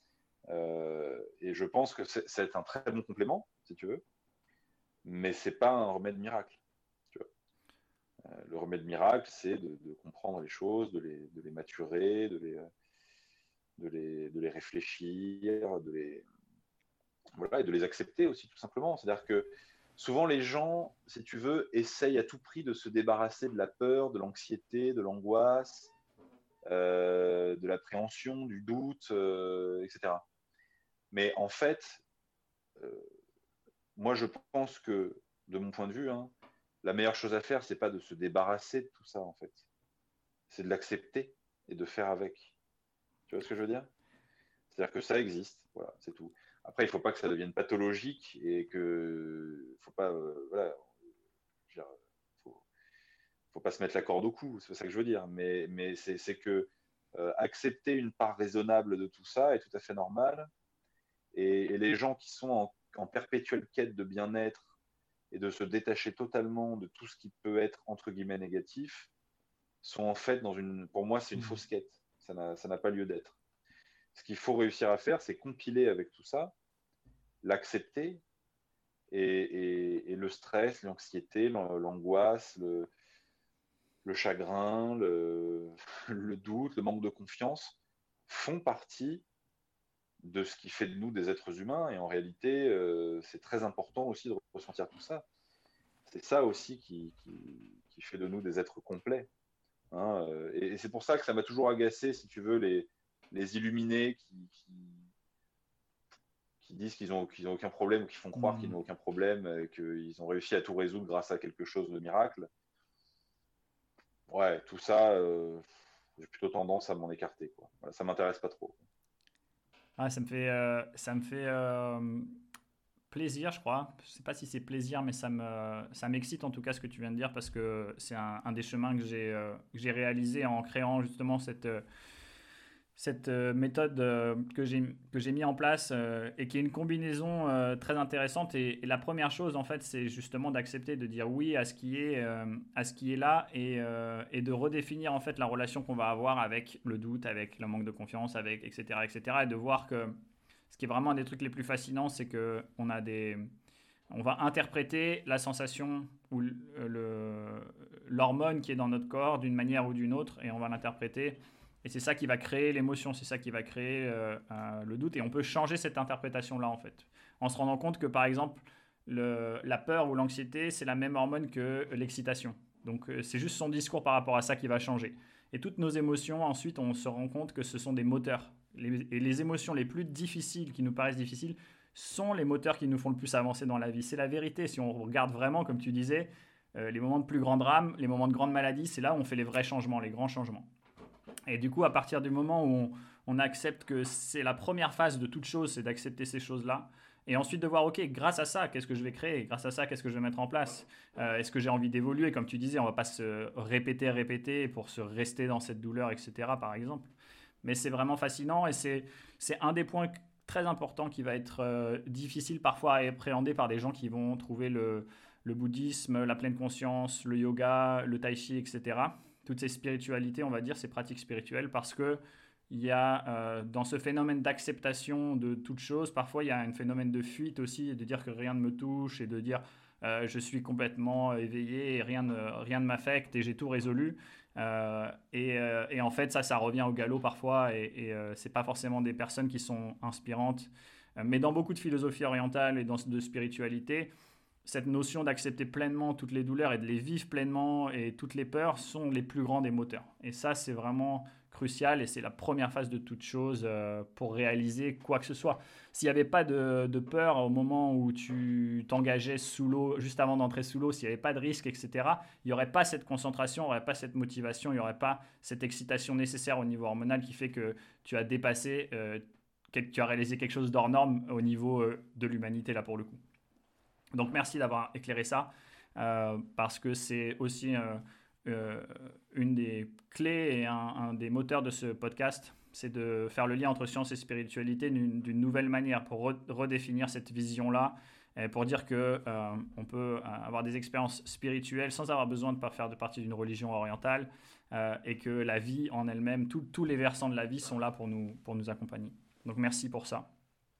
Euh, et je pense que c'est, c'est un très bon complément, si tu veux, mais c'est pas un remède miracle. Tu vois. Euh, le remède miracle, c'est de, de, comprendre les choses, de les, de les maturer, de les, de les, de les réfléchir, de les, voilà, et de les accepter aussi, tout simplement. C'est-à-dire que souvent, les gens, si tu veux, essayent à tout prix de se débarrasser de la peur, de l'anxiété, de l'angoisse, euh, de l'appréhension, du doute, euh, et cetera. Mais en fait, euh, moi, je pense que, de mon point de vue, hein, la meilleure chose à faire, c'est pas de se débarrasser de tout ça, en fait. C'est de l'accepter et de faire avec. Tu vois ce que je veux dire? C'est-à-dire que ça existe, voilà, c'est tout. Après, il ne faut pas que ça devienne pathologique et que faut pas, euh, voilà, dire, faut, faut pas se mettre la corde au cou, c'est ça que je veux dire. Mais, mais c'est, c'est que euh, accepter une part raisonnable de tout ça est tout à fait normal. Et, et les gens qui sont en, en perpétuelle quête de bien-être et de se détacher totalement de tout ce qui peut être entre guillemets négatif sont en fait dans une, pour moi, c'est une Hmm. fausse quête. Ça n'a, ça n'a pas lieu d'être. Ce qu'il faut réussir à faire, c'est compiler avec tout ça, l'accepter et, et, et le stress, l'anxiété, l'angoisse, le, le chagrin, le, le doute, le manque de confiance font partie de ce qui fait de nous des êtres humains. Et en réalité, euh, c'est très important aussi de ressentir tout ça. C'est ça aussi qui, qui, qui, fait de nous des êtres complets. Hein. Et, et c'est pour ça que ça m'a toujours agacé, si tu veux, les, les illuminés qui, qui, qui disent qu'ils n'ont qu'ils ont aucun problème, ou qui font croire qu'ils Hmm. n'ont aucun problème, qu'ils ont réussi à tout résoudre grâce à quelque chose de miracle. Ouais, tout ça, euh, j'ai plutôt tendance à m'en écarter. Quoi. Voilà, ça m'intéresse pas trop. Ah, ça me fait, euh, ça me fait euh, plaisir, je crois. Je ne sais pas si c'est plaisir, mais ça me, ça m'excite en tout cas ce que tu viens de dire parce que c'est un, un des chemins que j'ai euh, que j'ai réalisé en créant justement cette, euh, cette euh, méthode euh, que j'ai que j'ai mis en place euh, et qui est une combinaison euh, très intéressante. Et, et la première chose, en fait, c'est justement d'accepter de dire oui à ce qui est, euh, à ce qui est là et, euh, et de redéfinir en fait la relation qu'on va avoir avec le doute, avec le manque de confiance, avec et cetera, et cetera. Et de voir que ce qui est vraiment un des trucs les plus fascinants, c'est que on a des, on va interpréter la sensation ou le- l'hormone qui est dans notre corps d'une manière ou d'une autre, et on va l'interpréter. Et c'est ça qui va créer l'émotion, c'est ça qui va créer euh, euh, le doute. Et on peut changer cette interprétation-là, en fait, en se rendant compte que, par exemple, le- la peur ou l'anxiété, c'est la même hormone que l'excitation. Donc, euh, c'est juste son discours par rapport à ça qui va changer. Et toutes nos émotions, ensuite, on se rend compte que ce sont des moteurs. Les- et les émotions les plus difficiles, qui nous paraissent difficiles, sont les moteurs qui nous font le plus avancer dans la vie. C'est la vérité. Si on regarde vraiment, comme tu disais, euh, les moments de plus grand drame, les moments de grande maladie, c'est là où on fait les vrais changements, les grands changements. Et du coup, à partir du moment où on, on accepte que c'est la première phase de toute chose, c'est d'accepter ces choses-là, et ensuite de voir, ok, grâce à ça, qu'est-ce que je vais créer? Grâce à ça, qu'est-ce que je vais mettre en place? Euh, Est-ce que j'ai envie d'évoluer? Comme tu disais, on ne va pas se répéter, répéter pour se rester dans cette douleur, et cetera, par exemple. Mais c'est vraiment fascinant et c'est, c'est un des points très importants qui va être euh, difficile parfois à appréhender par des gens qui vont trouver le, le bouddhisme, la pleine conscience, le yoga, le tai chi, et cetera. Toutes ces spiritualités, on va dire, ces pratiques spirituelles, parce que il y a euh, dans ce phénomène d'acceptation de toute chose, parfois il y a un phénomène de fuite aussi, de dire que rien ne me touche et de dire euh, je suis complètement éveillé et rien ne, rien ne m'affecte et j'ai tout résolu. Euh, et, euh, et, en fait, ça, ça revient au galop parfois, et, et euh, c'est pas forcément des personnes qui sont inspirantes. Euh, mais dans beaucoup de philosophies orientales et dans, de spiritualité, cette notion d'accepter pleinement toutes les douleurs et de les vivre pleinement et toutes les peurs sont les plus grands des moteurs. Et ça, c'est vraiment crucial et c'est la première phase de toute chose euh, pour réaliser quoi que ce soit. S'il n'y avait pas de, de peur au moment où tu t'engageais sous l'eau, juste avant d'entrer sous l'eau, s'il n'y avait pas de risque, et cetera, il n'y aurait pas cette concentration, il n'y aurait pas cette motivation, il n'y aurait pas cette excitation nécessaire au niveau hormonal qui fait que tu as dépassé, euh, tu as réalisé quelque chose d'hors norme au niveau euh, de l'humanité, là pour le coup. Donc merci d'avoir éclairé ça, euh, parce que c'est aussi euh, euh, une des clés et un, un, des moteurs de ce podcast, c'est de faire le lien entre science et spiritualité d'une, d'une nouvelle manière pour re- redéfinir cette vision-là, et pour dire que euh, on peut avoir des expériences spirituelles sans avoir besoin de pas faire de partie d'une religion orientale, euh, et que la vie en elle-même, tout, tous les versants de la vie sont là pour nous, pour nous accompagner. Donc merci pour ça.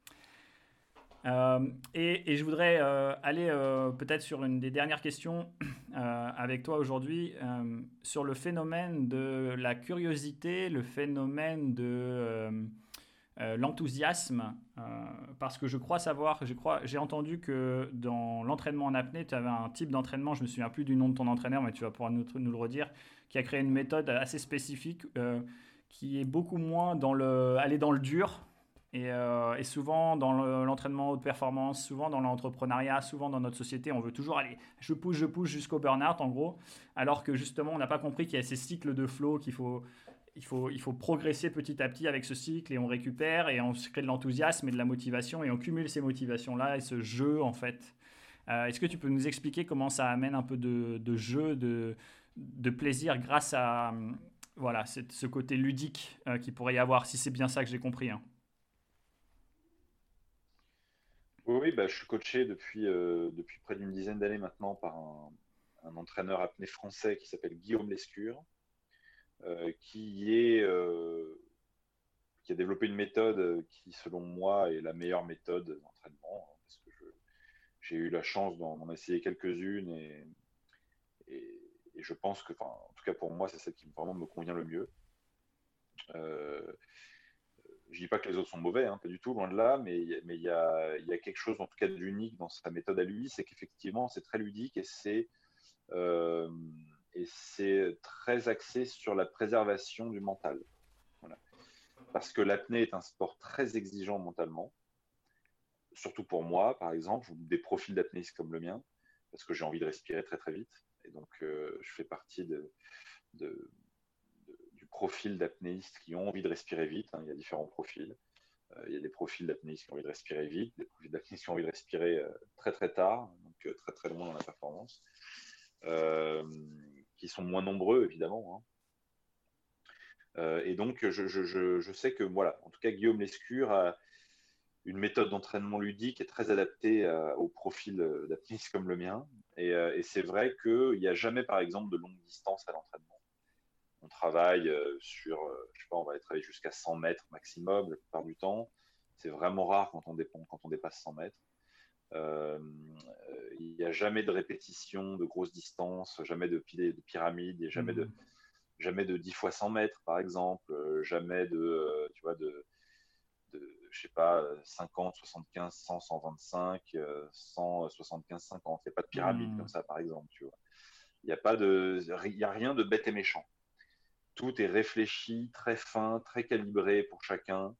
Euh, et, et, je voudrais euh, aller euh, peut-être sur une des dernières questions euh, avec toi aujourd'hui, euh, sur le phénomène de la curiosité, le phénomène de euh, euh, l'enthousiasme, euh, parce que je crois savoir, je crois, j'ai entendu que dans l'entraînement en apnée, tu avais un type d'entraînement, je me souviens plus du nom de ton entraîneur, mais tu vas pouvoir nous, nous le redire, qui a créé une méthode assez spécifique, euh, qui est beaucoup moins dans le, aller dans le dur. Et, euh, et souvent dans le- l'entraînement haute performance, souvent dans l'entrepreneuriat, souvent dans notre société, on veut toujours aller, je pousse, je pousse jusqu'au burn-out en gros, alors que justement on n'a pas compris qu'il y a ces cycles de flow, qu'il faut, il faut, il faut progresser petit à petit avec ce cycle et on récupère et on se crée de l'enthousiasme et de la motivation et on cumule ces motivations-là et ce jeu en fait. Euh, est-ce que tu peux nous expliquer comment ça amène un peu de, de jeu, de, de plaisir grâce à euh, voilà, cette- ce côté ludique euh, qu'il pourrait y avoir, si c'est bien ça que j'ai compris, hein. Oui, oui, bah, je suis coaché depuis, euh, depuis près d'une dizaine d'années maintenant par un, un entraîneur apnée français qui s'appelle Guillaume Lescure, euh, qui est, euh, qui a développé une méthode euh, qui, selon moi, est la meilleure méthode d'entraînement, hein, parce que je- j'ai eu la chance d'en d'en essayer quelques-unes et, et- et je pense que, enfin, en tout cas pour moi, c'est celle qui vraiment me convient le mieux. Euh, je dis pas que les autres sont mauvais, hein, pas du tout, loin de là, mais mais il y a, il y a quelque chose en tout cas d'unique dans sa méthode à lui, c'est qu'effectivement c'est très ludique et c'est euh, et c'est très axé sur la préservation du mental. Voilà. Parce que l'apnée est un sport très exigeant mentalement, surtout pour moi, par exemple, ou des profils d'apnéistes comme le mien, parce que j'ai envie de respirer très très vite. Et donc, euh, je fais partie de, de, de, du profil d'apnéistes qui ont envie de respirer vite, hein. Il y a différents profils. Euh, il y a des profils d'apnéistes qui ont envie de respirer vite, des profils d'apnéistes qui ont envie de respirer euh, très très tard, donc euh, très très loin dans la performance, euh, qui sont moins nombreux évidemment. Hein. Euh, et donc, je, je, je, je, sais que, voilà, en tout cas, Guillaume Lescure a une méthode d'entraînement ludique est très adaptée euh, au profil d'apnéiste comme le mien. Et, euh, et c'est vrai qu'il n'y a jamais, par exemple, de longue distance à l'entraînement. On travaille euh, sur, euh, je sais pas, on va travailler jusqu'à cent mètres maximum la plupart du temps. C'est vraiment rare quand on, dépend, quand on dépasse cent mètres. Euh, il n'y a jamais de répétition de grosses distances, jamais de, de pyramide, il n'y a jamais de, jamais de dix fois cent mètres, par exemple, euh, jamais de, euh, tu vois, de, de, je sais pas, cinquante, soixante-quinze, cent, cent vingt-cinq, euh, cent soixante-quinze, cinquante. Il n'y a pas de pyramide comme Mmh. ça, par exemple, tu vois. Il n'y a pas de, il y a rien de bête et méchant. Tout est réfléchi, très fin, très calibré pour chacun.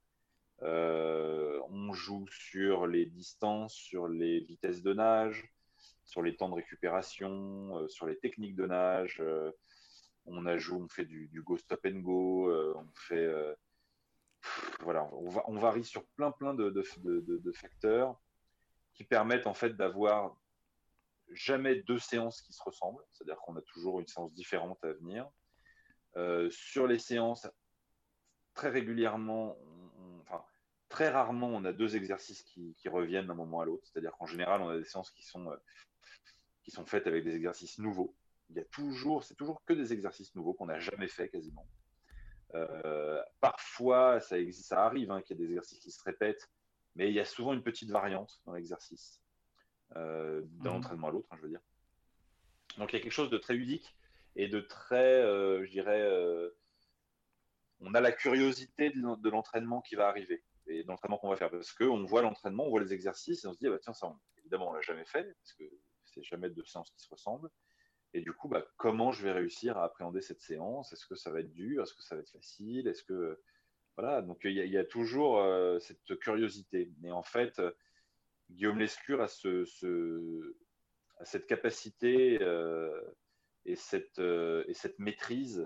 Euh, on joue sur les distances, sur les vitesses de nage, sur les temps de récupération, euh, sur les techniques de nage. Euh, on a joué, on fait du, du go stop and go, euh, on fait, euh, voilà, on, va, on, varie sur plein plein de, de, de, de facteurs qui permettent en fait d'avoir jamais deux séances qui se ressemblent, c'est-à-dire qu'on a toujours une séance différente à venir. Euh, sur les séances, très régulièrement, on, on, enfin, très rarement, on a deux exercices qui, qui reviennent d'un moment à l'autre. C'est-à-dire qu'en général, on a des séances qui sont, euh, qui sont faites avec des exercices nouveaux. Il y a toujours, c'est toujours que des exercices nouveaux qu'on n'a jamais fait quasiment. Euh, parfois, ça, existe, ça arrive hein, qu'il y ait des exercices qui se répètent, mais il y a souvent une petite variante dans l'exercice, euh, d'un Mmh. entraînement à l'autre, hein, je veux dire. Donc il y a quelque chose de très ludique et de très, euh, je dirais, euh, on a la curiosité de l'entraînement qui va arriver et de l'entraînement qu'on va faire parce qu'on voit l'entraînement, on voit les exercices et on se dit ah bah tiens ça on, évidemment on l'a jamais fait parce que c'est jamais deux séances qui se ressemblent et du coup bah, comment je vais réussir à appréhender cette séance, est-ce que ça va être dur, est-ce que ça va être facile, est-ce que voilà, donc il y, y, a toujours euh, cette curiosité et en fait euh, Guillaume Lescure a, ce, ce, a cette capacité euh, et, cette, euh, et cette maîtrise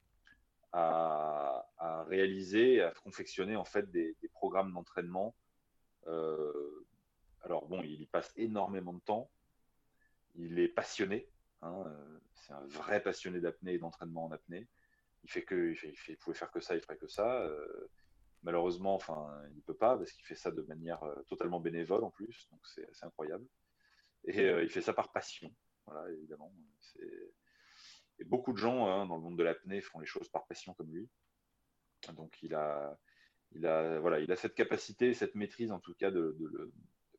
à, à réaliser, à confectionner en fait des, des programmes d'entraînement. Euh, alors bon, il y passe énormément de temps. Il est passionné. Hein, euh, c'est un vrai passionné d'apnée et d'entraînement en apnée. Il fait que, il, fait, il, fait, il pouvait faire que ça, il ferait que ça. Euh, malheureusement, enfin, il ne peut pas parce qu'il fait ça de manière euh, totalement bénévole en plus. Donc c'est assez incroyable. Et euh, il fait ça par passion. Voilà, évidemment. C'est... Et beaucoup de gens hein, dans le monde de l'apnée font les choses par passion comme lui. Donc il a, il a, voilà, il a cette capacité, cette maîtrise en tout cas de, de,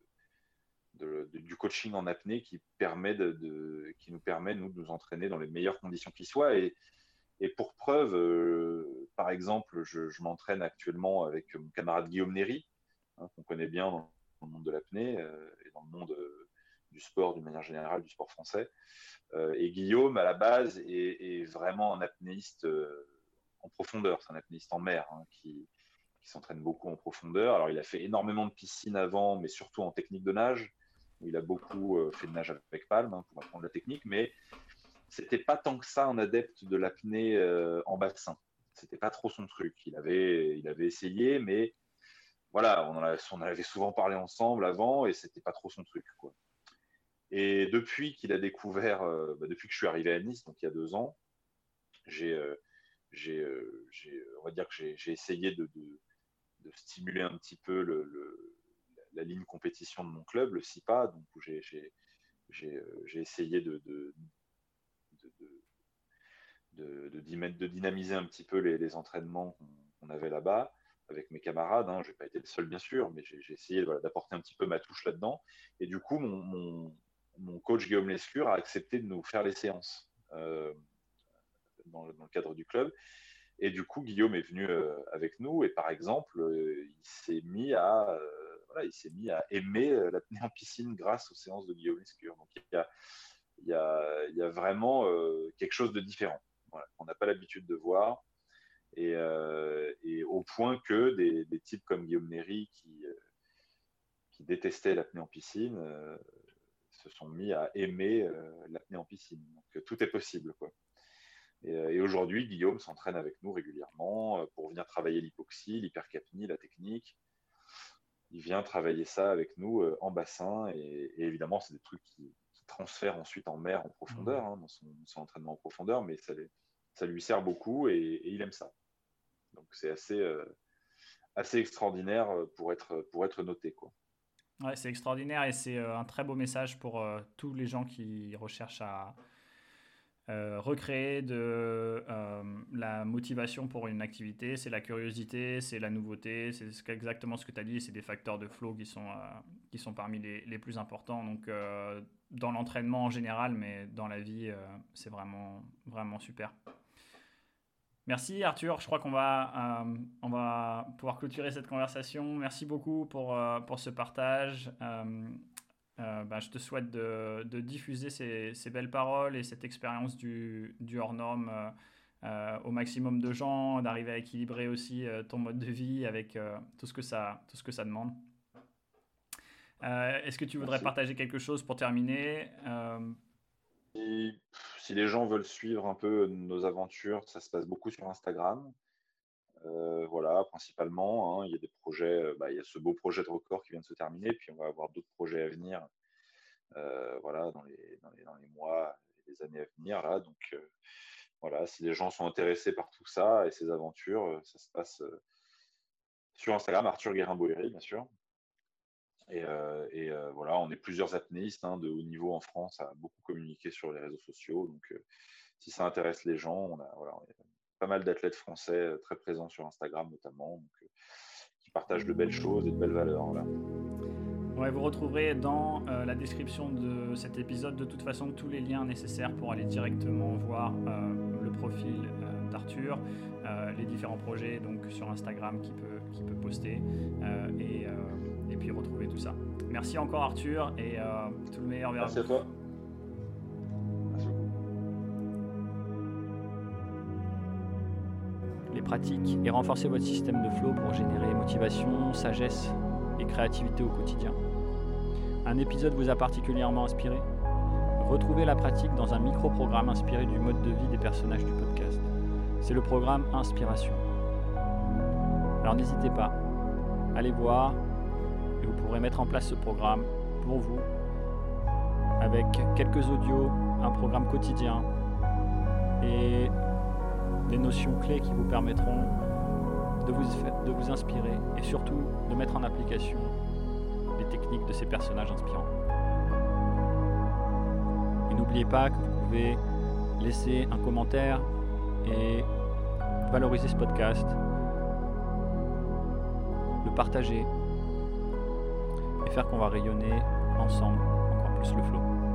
de, de, du coaching en apnée qui, permet de, de, qui nous permet nous, de nous entraîner dans les meilleures conditions qui soient. Et, et pour preuve, euh, par exemple, je, je m'entraîne actuellement avec mon camarade Guillaume Néry, hein, qu'on connaît bien dans le monde de l'apnée euh, et dans le monde euh, du sport d'une manière générale, du sport français. Euh, et Guillaume, à la base, est, est vraiment un apnéiste euh, en profondeur, c'est un apnéiste en mer hein, qui, qui s'entraîne beaucoup en profondeur. Alors, il a fait énormément de piscine avant, mais surtout en technique de nage, où il a beaucoup euh, fait de nage avec palme hein, pour apprendre la technique, mais c'était pas tant que ça un adepte de l'apnée euh, en bassin. C'était pas trop son truc. Il avait, il avait essayé, mais voilà, on en, a, on en avait souvent parlé ensemble avant, et c'était pas trop son truc, quoi. Et depuis qu'il a découvert, euh, bah, depuis que je suis arrivé à Nice, donc il y a deux ans, j'ai, euh, j'ai, euh, j'ai on va dire que j'ai, j'ai essayé de, de, de stimuler un petit peu le, le, la ligne compétition de mon club, le C I P A, donc où j'ai, j'ai, j'ai, j'ai essayé de, de, de, de, de, de dynamiser un petit peu les, les entraînements qu'on, qu'on avait là-bas avec mes camarades. Hein. Je n'ai pas été le seul, bien sûr, mais j'ai, j'ai essayé voilà, d'apporter un petit peu ma touche là-dedans. Et du coup, mon, mon, mon coach Guillaume Lescure a accepté de nous faire les séances euh, dans, le, dans le cadre du club. Et du coup, Guillaume est venu euh, avec nous et par exemple, euh, il s'est mis à euh, voilà, il s'est mis à aimer euh, l'apnée en piscine grâce aux séances de Guillaume Lescure. Donc il y a, il y a, il y a vraiment euh, quelque chose de différent. Voilà, on n'a pas l'habitude de voir. Et, euh, et au point que des, des types comme Guillaume Néry qui, euh, qui détestaient l'apnée en piscine euh, se sont mis à aimer euh, l'apnée en piscine. Donc euh, tout est possible, quoi. Et, euh, et aujourd'hui, Guillaume s'entraîne avec nous régulièrement euh, pour venir travailler l'hypoxie, l'hypercapnie, la technique. il vient travailler ça avec nous euh, en bassin. Et, et évidemment, c'est des trucs qui, qui transfèrent ensuite en mer en profondeur, hein, dans son, son entraînement en profondeur, mais ça, les, ça lui sert beaucoup et, et il aime ça. Donc c'est assez, euh, assez extraordinaire pour être, pour être noté, quoi. Ouais, c'est extraordinaire et c'est euh, un très beau message pour euh, tous les gens qui recherchent à euh, recréer de euh, la motivation pour une activité. C'est la curiosité, c'est la nouveauté, c'est exactement ce que tu as dit. C'est des facteurs de flow qui sont, euh, qui sont parmi les, les plus importants. Donc, euh, dans l'entraînement en général, mais dans la vie, euh, c'est vraiment, vraiment super. Merci Arthur, je crois qu'on va, euh, on va pouvoir clôturer cette conversation. Merci beaucoup pour, euh, pour ce partage. Euh, euh, bah, je te souhaite de, de diffuser ces, ces belles paroles et cette expérience du, du hors-norme euh, euh, au maximum de gens, d'arriver à équilibrer aussi euh, ton mode de vie avec euh, tout ce que ça, tout ce que ça demande. Euh, est-ce que tu voudrais Merci. partager quelque chose pour terminer? euh, Si, si les gens veulent suivre un peu nos aventures, ça se passe beaucoup sur Instagram. Euh, voilà, principalement, hein, il y a des projets, euh, bah, il y a ce beau projet de record qui vient de se terminer, puis on va avoir d'autres projets à venir, euh, voilà, dans les, dans les, dans les mois et les années à venir, là. Donc, euh, voilà, si les gens sont intéressés par tout ça et ces aventures, euh, ça se passe euh, sur Instagram, Arthur Guérin-Boéry, bien sûr. Et, euh, et euh, voilà, on est plusieurs apnéistes, hein, de haut niveau en France à beaucoup communiquer sur les réseaux sociaux. Donc, euh, si ça intéresse les gens, on a, voilà, on a pas mal d'athlètes français euh, très présents sur Instagram notamment, donc, euh, qui partagent de belles choses et de belles valeurs. Voilà. Ouais, vous retrouverez dans euh, la description de cet épisode de toute façon tous les liens nécessaires pour aller directement voir euh, le profil euh, d'Arthur, euh, les différents projets donc sur Instagram qu'il peut, qu'il peut poster euh, et, euh, et puis retrouver tout ça. Merci encore Arthur et euh, tout le meilleur vers vous. Merci à toi. Merci beaucoup. Les pratiques et renforcer votre système de flow pour générer motivation, sagesse et créativité au quotidien. Un épisode vous a particulièrement inspiré? Retrouvez la pratique dans un micro-programme inspiré du mode de vie des personnages du podcast. C'est le programme Inspiration. Alors n'hésitez pas, allez voir et vous pourrez mettre en place ce programme pour vous avec quelques audios, un programme quotidien et des notions clés qui vous permettront de vous, de vous inspirer et surtout de mettre en application les techniques de ces personnages inspirants. Et n'oubliez pas que vous pouvez laisser un commentaire et valoriser ce podcast, le partager et faire qu'on va rayonner ensemble encore plus le flow.